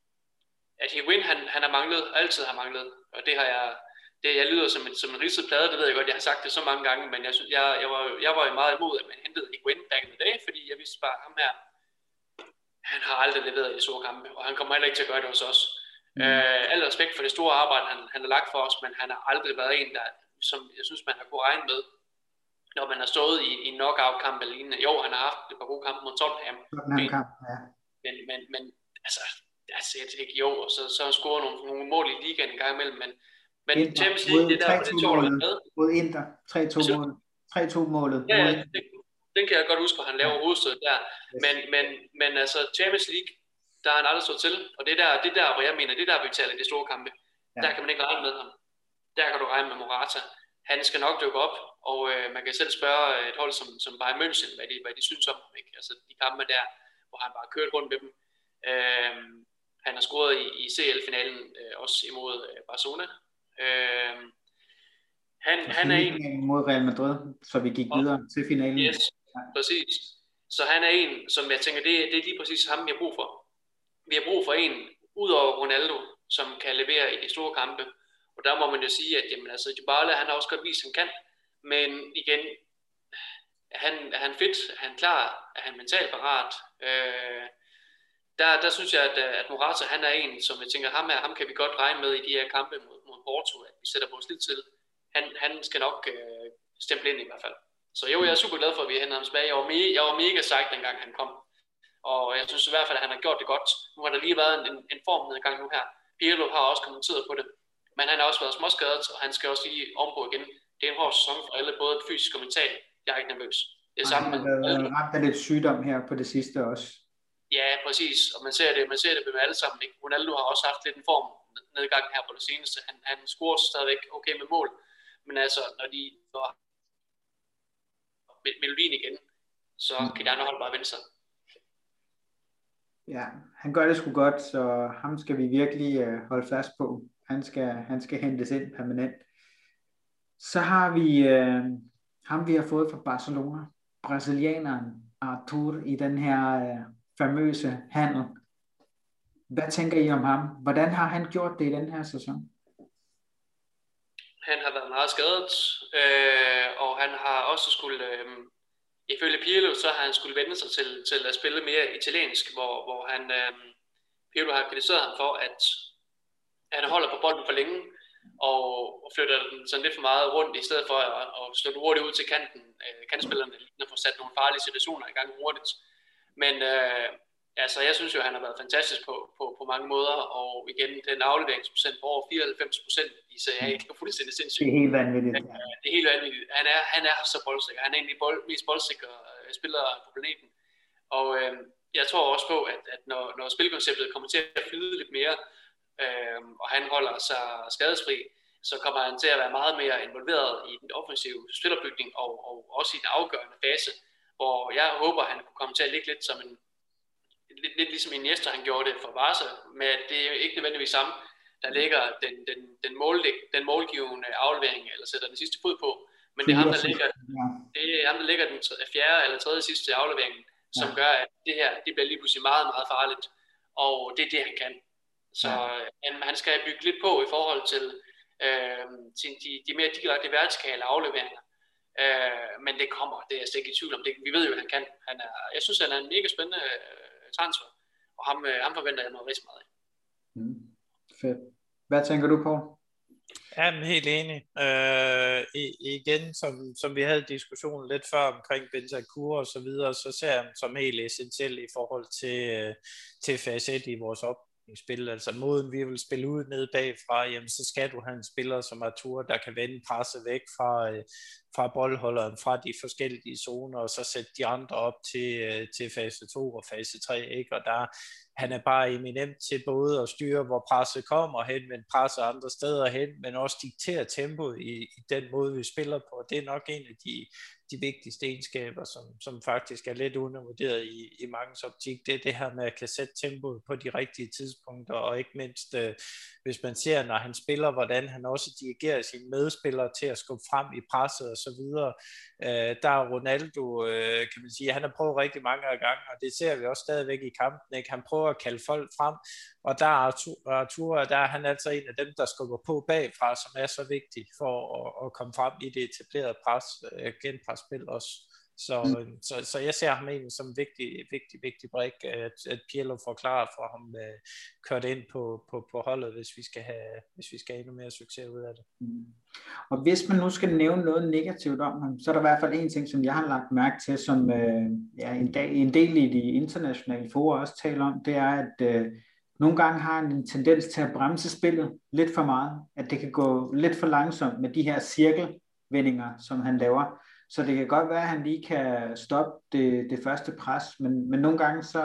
at Higuain, han, han har manglet, altid har manglet. Og det har jeg, det, jeg lyder som en, som en ridset plade, det ved jeg godt, jeg har sagt det så mange gange, men jeg, synes, jeg, jeg, var, jeg var jo meget imod, at man hentede Higuain back in the day, fordi jeg vidste bare, ham her, han har aldrig leveret i de store kampe, og han kommer heller ikke til at gøre det hos os. Mm. Øh, al respekt for det store arbejde, han, han har lagt for os, men han har aldrig været en, der, som jeg synes, man har kunnet regne med, når man har stået i, i en knockout-kamp eller lignende. Jo, han har haft et par gode kampe mod Tottenham. Tottenham, ja. Men, men, men altså, that's it, ikke? Jo, og så, så har han scoret nogle, nogle mål i ligaen en gang imellem, men, men Champions League, det der, det tåler han med. Mod Inter, tre to mål. tre to målet. Ja, ja, det, den kan jeg godt huske, hvor han laver ja. hovedstød der. Yes. Men, men, men altså, Champions League, der har han aldrig stået til, og det er der, det er der, hvor jeg mener, det er der, vi taler de store kampe. Ja. Der kan man ikke regne med ham. Der kan du regne med Morata. Han skal nok dukke op, og øh, man kan selv spørge et hold som, som Bayern München, hvad de, hvad de synes om ham, ikke? Altså de kampe der, hvor han bare kørt rundt med dem. Øh, han har scoret i, i C L-finalen, øh, også imod øh, Barcelona. Øh, han, han er en... mod Real Madrid, så vi gik videre og, til finalen. Yes, ja. Præcis. Så han er en, som jeg tænker, det, det er lige præcis ham, vi har brug for. Vi har brug for en, udover Ronaldo, som kan levere i de store kampe. Og der må man jo sige, at jamen, altså, Dybala, han har også godt vist, at han kan. Men igen, er han, er han fit? Er han klar? Er han mentalt parat? Øh, der, der synes jeg, at, at Morata, han er en, som jeg tænker, ham, er, ham kan vi godt regne med i de her kampe mod, mod Porto, at vi sætter vores lid til. Han, han skal nok øh, stemple ind i hvert fald. Så jo, jeg er super glad for, at vi henter ham tilbage. Jeg var, me- jeg var mega sejt, dengang han kom. Og jeg synes i hvert fald, at han har gjort det godt. Nu har der lige været en, en formnedgang nu her. Pirlo har også kommenteret på det. Men han har også været småskadet, og han skal også lige ombå igen. Det er en hård sæson for alle, både fysisk og mentalt. Jeg er ikke nervøs. Det er sammen med alle. Ramt af lidt sygdom her på det sidste også. Ja, præcis. Og man ser det, man ser det med alle sammen. Ikke? Ronaldo har også haft lidt en form nedgang her på det seneste. Han, han scorer stadigvæk okay med mål. Men altså, når de får melodien igen, så kan de andre hold bare vende sig. Ja, han gør det sgu godt, så ham skal vi virkelig uh, holde fast på. Han skal, han skal hentes ind permanent. Så har vi uh, ham, vi har fået fra Barcelona. Brasilianeren Arthur i den her uh, famøse handel. Hvad tænker I om ham? Hvordan har han gjort det i den her sæson? Han har været meget skadet, øh, og han har også skulle... Øh, Ifølge Pirlo, så har han skulle vende sig til, til at spille mere italiensk, hvor, hvor han, øh, Pirlo har kritiseret ham for, at han holder på bolden for længe, og, og flytter den sådan lidt for meget rundt, i stedet for at, at slå den hurtigt ud til kanten, øh, kantspillerne, og få sat nogle farlige situationer i gang hurtigt. Men øh, altså, jeg synes jo, at han har været fantastisk på, på, på mange måder, og igen, den afleveringsprocent på over fireoghalvfems procent i C A, det er fuldstændig sindssygt. Det er helt vanvittigt. Ja, det er helt vanvittigt. Han er, han er så boldsikker. Han er en af de bold, mest boldsikre spillere på planeten. Og øh, jeg tror også på, at, at når, når spilkonceptet kommer til at flyde lidt mere, øh, og han holder sig skadesfri, så kommer han til at være meget mere involveret i den offensive spillerbygning, og, og også i den afgørende fase, hvor jeg håber, at han kunne komme til at ligge lidt som en lidt, lidt ligesom Iniesta, han gjorde det for Barca, med at det er ikke nødvendigvis samme, der ligger den, den, den, mål, den målgivende aflevering, eller sætter den sidste fod på, men det er ham, der ligger, det er ham, der ligger den fjerde eller tredje sidste aflevering, som gør, at det her, det bliver lige pludselig meget, meget farligt, og det er det, han kan. Så han, han skal bygge lidt på i forhold til, øh, til de, de mere direkte vertikale afleveringer, øh, men det kommer, det er jeg slet ikke i tvivl om. Det, vi ved jo, at han kan. Han er, jeg synes, han er en mega spændende øh, transfer, og ham, øh, ham forventer jeg mig rigtig meget af. Mm. Fedt. Hvad tænker du på? Jamen, helt enig. Øh, igen, som, som vi havde diskussionen lidt før omkring Bentancur og så videre, så ser jeg ham som helt essentiel i forhold til, til fase et i vores opbygningsspil. Altså måden vi vil spille ud ned bagfra, jamen, så skal du have en spiller som Arthur, der kan vende presset væk fra, fra boldholderen, fra de forskellige zoner, og så sætte de andre op til, til fase to og fase tre, ikke? Og der, han er bare eminent til både at styre, hvor presset kommer hen, men presser andre steder hen, men også diktere tempoet i, i den måde, vi spiller på. Det er nok en af de, de vigtigste egenskaber, som, som faktisk er lidt undervurderet i, i mangens optik. Det er det her med at kan sætte tempoet på de rigtige tidspunkter, og ikke mindst, øh, hvis man ser, når han spiller, hvordan han også dirigerer sine medspillere til at skubbe frem i presset og så videre. Øh, der er Ronaldo, øh, kan man sige, han har prøvet rigtig mange gange, og det ser vi også stadigvæk i kampen, ikke? Han prøver at kalde folk frem, og der er Artur, Artur, der er han altså en af dem, der skubber på bagfra, som er så vigtig for at, at komme frem i det etablerede pres, øh, genpresspil også. Så, mm. så, så jeg ser ham egentlig som en vigtig, vigtig, vigtig brik, at, at Pirlo forklarer for ham øh, kørt ind på, på, på holdet, hvis vi skal have, hvis vi skal have endnu mere succes ud af det. Mm. Og hvis man nu skal nævne noget negativt om ham, så er der i hvert fald en ting, som jeg har lagt mærke til, som øh, ja, en, dag, en del i de internationale fora også taler om, det er, at øh, nogle gange har han en tendens til at bremse spillet lidt for meget, at det kan gå lidt for langsomt med de her cirkelvendinger, som han laver. Så det kan godt være, at han lige kan stoppe det, det første pres, men, men nogle gange så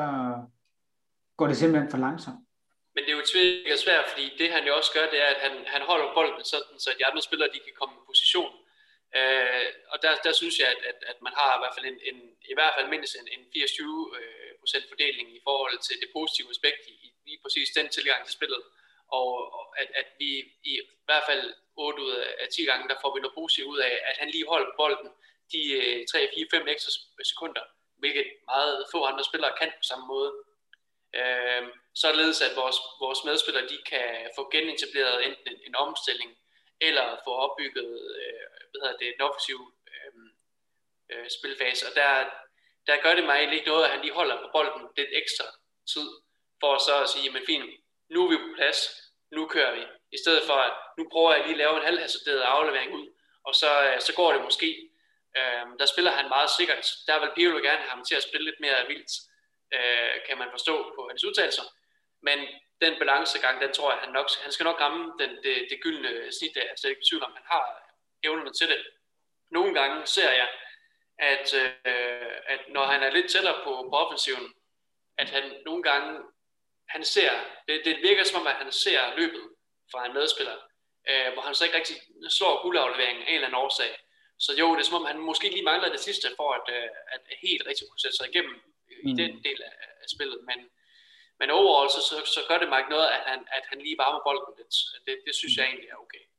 går det simpelthen for langsomt. Men det er jo tvækket svært, fordi det han jo også gør, det er, at han, han holder bolden sådan, så de andre spillere de kan komme i position. Øh, og der, der synes jeg, at, at, at man har i hvert fald en, en i hvert fald mindst en, en firs til tyve procent fordeling i forhold til det positive aspekt i, i lige præcis den tilgang til spillet. Og, og at, at vi i hvert fald otte ud af ti gange, der får vi noget positivt ud af, at han lige holder bolden de tre, fire, fem ekstra sekunder, hvilket meget få andre spillere kan på samme måde. Øh, således at vores, vores medspillere, de kan få genetableret enten en, en omstilling, eller få opbygget øh, hvad hedder det, en offensiv øh, øh, spilfase. Og der, der gør det mig egentlig ikke noget, at han lige holder på bolden lidt ekstra tid, for så at sige, men fint, nu er vi på plads, nu kører vi. I stedet for, at nu prøver jeg lige at lave en halvhasarderet aflevering ud, og så, så går det måske. Øhm, der spiller han meget sikkert. Der vil Pirlo gerne have ham til at spille lidt mere vildt, øh, kan man forstå på hans udtalelser. Men den balancegang, den tror jeg, han nok, han skal nok ramme den, det, det gyldne snit der. Så det ikke betyder, om han har evnerne til det. Nogle gange ser jeg, at, øh, at når han er lidt tættere på, på offensiven, at han nogle gange, han ser, det, det virker som om, at han ser løbet fra en medspiller, øh, hvor han så ikke rigtig slår guldafleveringen af en eller anden årsag. Så jo, det er som om, han måske lige mangler det sidste for at, at helt rigtig kunne sætte sig igennem mm. i den del af, af spillet. Men, men overall, så, så, så gør det mig ikke noget, at han, at han lige varmer bolden lidt. Det, det synes jeg egentlig er okay.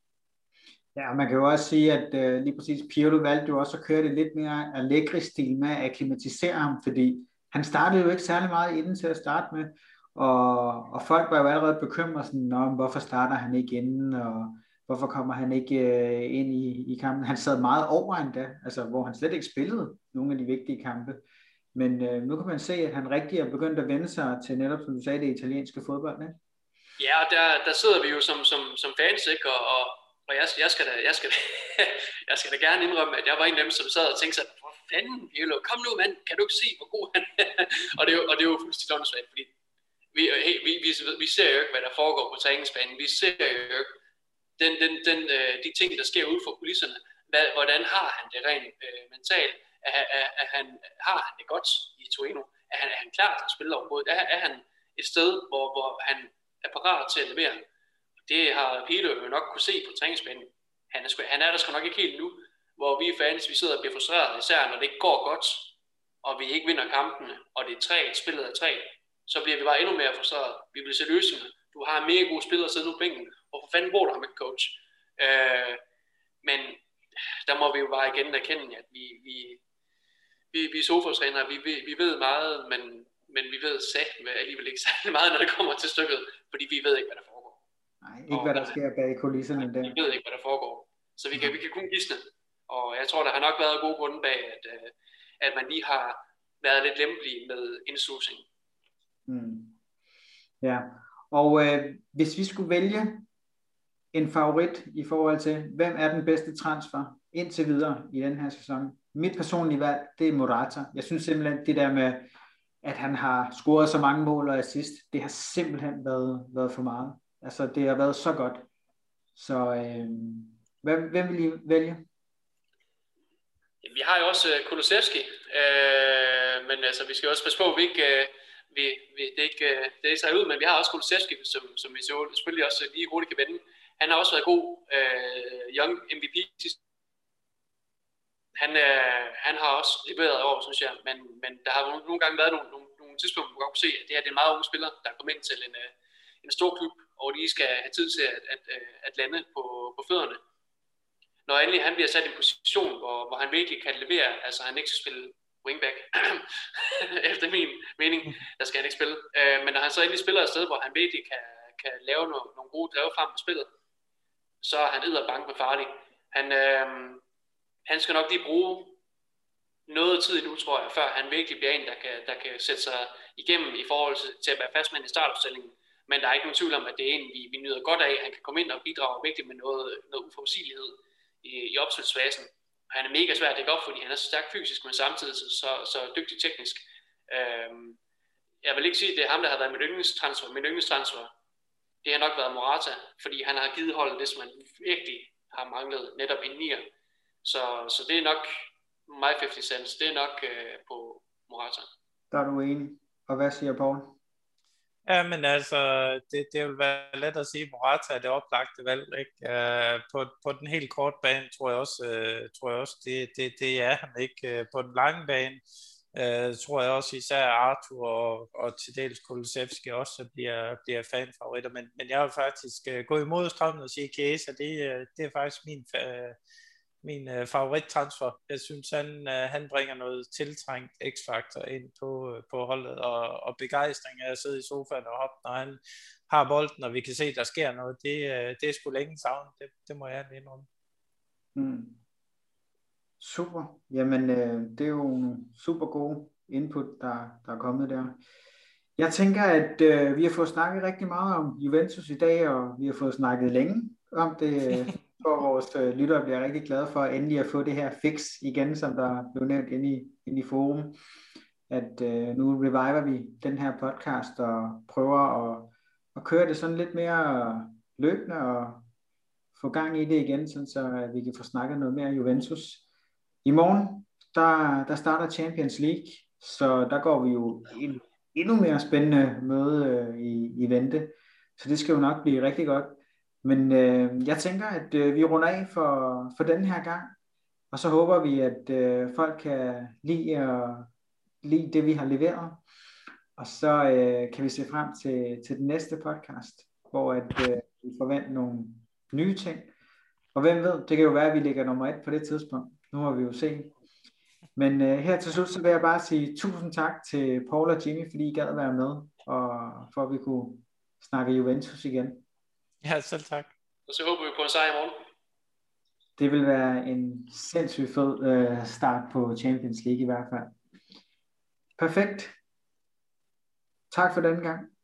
Ja, og man kan jo også sige, at uh, lige præcis Pirlo valgte jo også at køre det lidt mere Allegri-stil med at akklimatisere ham, fordi han startede jo ikke særlig meget inden til at starte med, og, og folk var jo allerede bekymret sådan, om hvorfor starter han ikke inden, og hvorfor kommer han ikke øh, ind i, i kampen. Han sad meget over endda, altså hvor han slet ikke spillede nogle af de vigtige kampe. Men øh, nu kan man se, at han rigtig er begyndt at vende sig til netop, som du sagde, det italienske fodbold, ikke? Ja, og der, der sidder vi jo som, som, som fans, ikke? Og, og, og jeg, jeg, skal da, jeg, skal da, jeg skal da gerne indrømme, at jeg var en af dem, som sad og tænkte sig, hvor fanden, Pirlo, kom nu mand, kan du ikke se, hvor god han er? og, det er jo, og det er jo fuldstændig åndssvagt, fordi vi, hey, vi, vi, vi ser jo ikke, hvad der foregår på træningsbanen. Vi ser jo ikke Den, den, den, øh, de ting, der sker ude for kulisserne. Hvad, hvordan har han det rent øh, mentalt? Er, er, er han, har han det godt i Torino? Er han, er han klar til at spille overhovedet? Er, er han et sted, hvor, hvor han er parat til at levere? Det har Pirlo jo nok kunne se på træningsbanen. Han er, sgu, han er der sgu nok ikke helt nu, hvor vi fans, vi sidder og bliver frustreret, især når det ikke går godt, og vi ikke vinder kampene, og det er træt, spillet er træt, så bliver vi bare endnu mere frustreret. Vi vil se løsninger. Du har en mega god spiller at sidde på bænken. Hvorfor fanden bruger du ham ikke, coach? Øh, men der må vi jo bare igen erkende, at vi, vi, vi, vi er sofatrænere, vi, vi, vi ved meget, men, men vi ved satme alligevel ikke særlig meget, når det kommer til stykket, fordi vi ved ikke, hvad der foregår. Nej, ikke hvad der sker bag kulisserne der. Vi ved ikke, hvad der foregår. Så vi kan, vi kan kun gisne. Og jeg tror, der har nok været gode grunde bag, at, at man lige har været lidt lempelig med indslusing. Mm. Ja, og øh, hvis vi skulle vælge en favorit i forhold til, hvem er den bedste transfer indtil videre i den her sæson? Mit personlige valg, det er Morata. Jeg synes simpelthen, det der med, at han har scoret så mange mål og assist, det har simpelthen været, været for meget. Altså, det har været så godt. Så øh, hvem, hvem vil I vælge? Vi har jo også uh, Kulusevski, uh, men altså, vi skal også passe på, at vi ikke, uh, vi, vi, det ikke, uh, det ikke tager ud, men vi har også Kulusevski, som, som vi selvfølgelig også lige hurtigt kan vende. Han har også været god uh, Young M V P. Han, uh, han har også leveret over, synes jeg, men, men der har nogle, nogle gange været nogle, nogle, nogle tidspunkter, hvor man godt kunne se, at det her det er en meget unge spiller, der er kommet ind til en, uh, en stor klub, og de skal have tid til at, at, at lande på, på fødderne. Når endelig han bliver sat i en position, hvor, hvor han virkelig kan levere, altså han ikke skal spille wingback, efter min mening, der skal han ikke spille. Øh, men når han så endelig spiller et sted, hvor han virkelig kan, kan lave nogle, nogle gode drev frem på spillet, så er han edderbank med farlig. Han, øh, han skal nok lige bruge noget tid nu, tror jeg, før han virkelig bliver en, der kan, der kan sætte sig igennem i forhold til at være fastmand i startopstillingen. Men der er ikke nogen tvivl om, at det er en, vi, vi nyder godt af. Han kan komme ind og bidrage virkelig med noget, noget uforudsigelighed i, i opspilsfasen. Han er mega svær at dække op, fordi han er så stærk fysisk, men samtidig så, så, så dygtig teknisk. Øhm, jeg vil ikke sige, at det er ham, der har været mit yndlingstransfer. Min yndlingstransfer, det har nok været Morata, fordi han har givet holdet det, som han virkelig har manglet, netop en nier. Så, så det er nok my halvtreds cents, det er nok øh, på Morata. Der er du enig. Og hvad siger Paul? Ja, men altså, det, det vil være let at sige, Morata er det oplagte valg, ikke? Uh, på, på den helt korte bane tror jeg også, uh, tror jeg også det, det, det er han ikke. Uh, på den lange bane uh, tror jeg også især Arthur og, og til dels Kulusevski også bliver, bliver fanfavoritter, men, men jeg vil faktisk uh, gå imod strømmen og sige, Chiesa, det, uh, det er faktisk min uh, min øh, favorittransfer. Jeg synes, han, øh, han bringer noget tiltrængt x-faktor ind på, øh, på holdet, og, og begejstring af at sidde i sofaen og hoppe, når han har bolden, og vi kan se, at der sker noget. Det, øh, det er sgu længe savnet. Det, det må jeg indrømme. Mm. Super. Jamen, øh, det er jo super gode input, der, der er kommet der. Jeg tænker, at øh, vi har fået snakket rigtig meget om Juventus i dag, og vi har fået snakket længe om det. For vores øh, lyttere bliver rigtig glade for endelig at få det her fix igen, som der blev nævnt inde i, inde i forum. At øh, nu reviver vi den her podcast og prøver at, at køre det sådan lidt mere løbende og få gang i det igen, sådan så vi kan få snakket noget mere Juventus. I morgen, der, der starter Champions League, så der går vi jo en endnu mere spændende møde øh, i, i vente. Så det skal jo nok blive rigtig godt. Men øh, jeg tænker, at øh, vi runder af for, for den her gang, og så håber vi, at øh, folk kan lide, og, lide det, vi har leveret. Og så øh, kan vi se frem til, til den næste podcast, hvor at, øh, vi forventer nogle nye ting. Og hvem ved, det kan jo være, at vi ligger nummer et på det tidspunkt. Nu må vi jo se. Men øh, her til slut, så vil jeg bare sige tusind tak til Paul og Jimmy, fordi I gad at være med, og for at vi kunne snakke Juventus igen. Ja, selv tak. Og så håber vi på en sejr i morgen. Det vil være en sindssygt fed øh, start på Champions League i hvert fald. Perfekt. Tak for denne gang.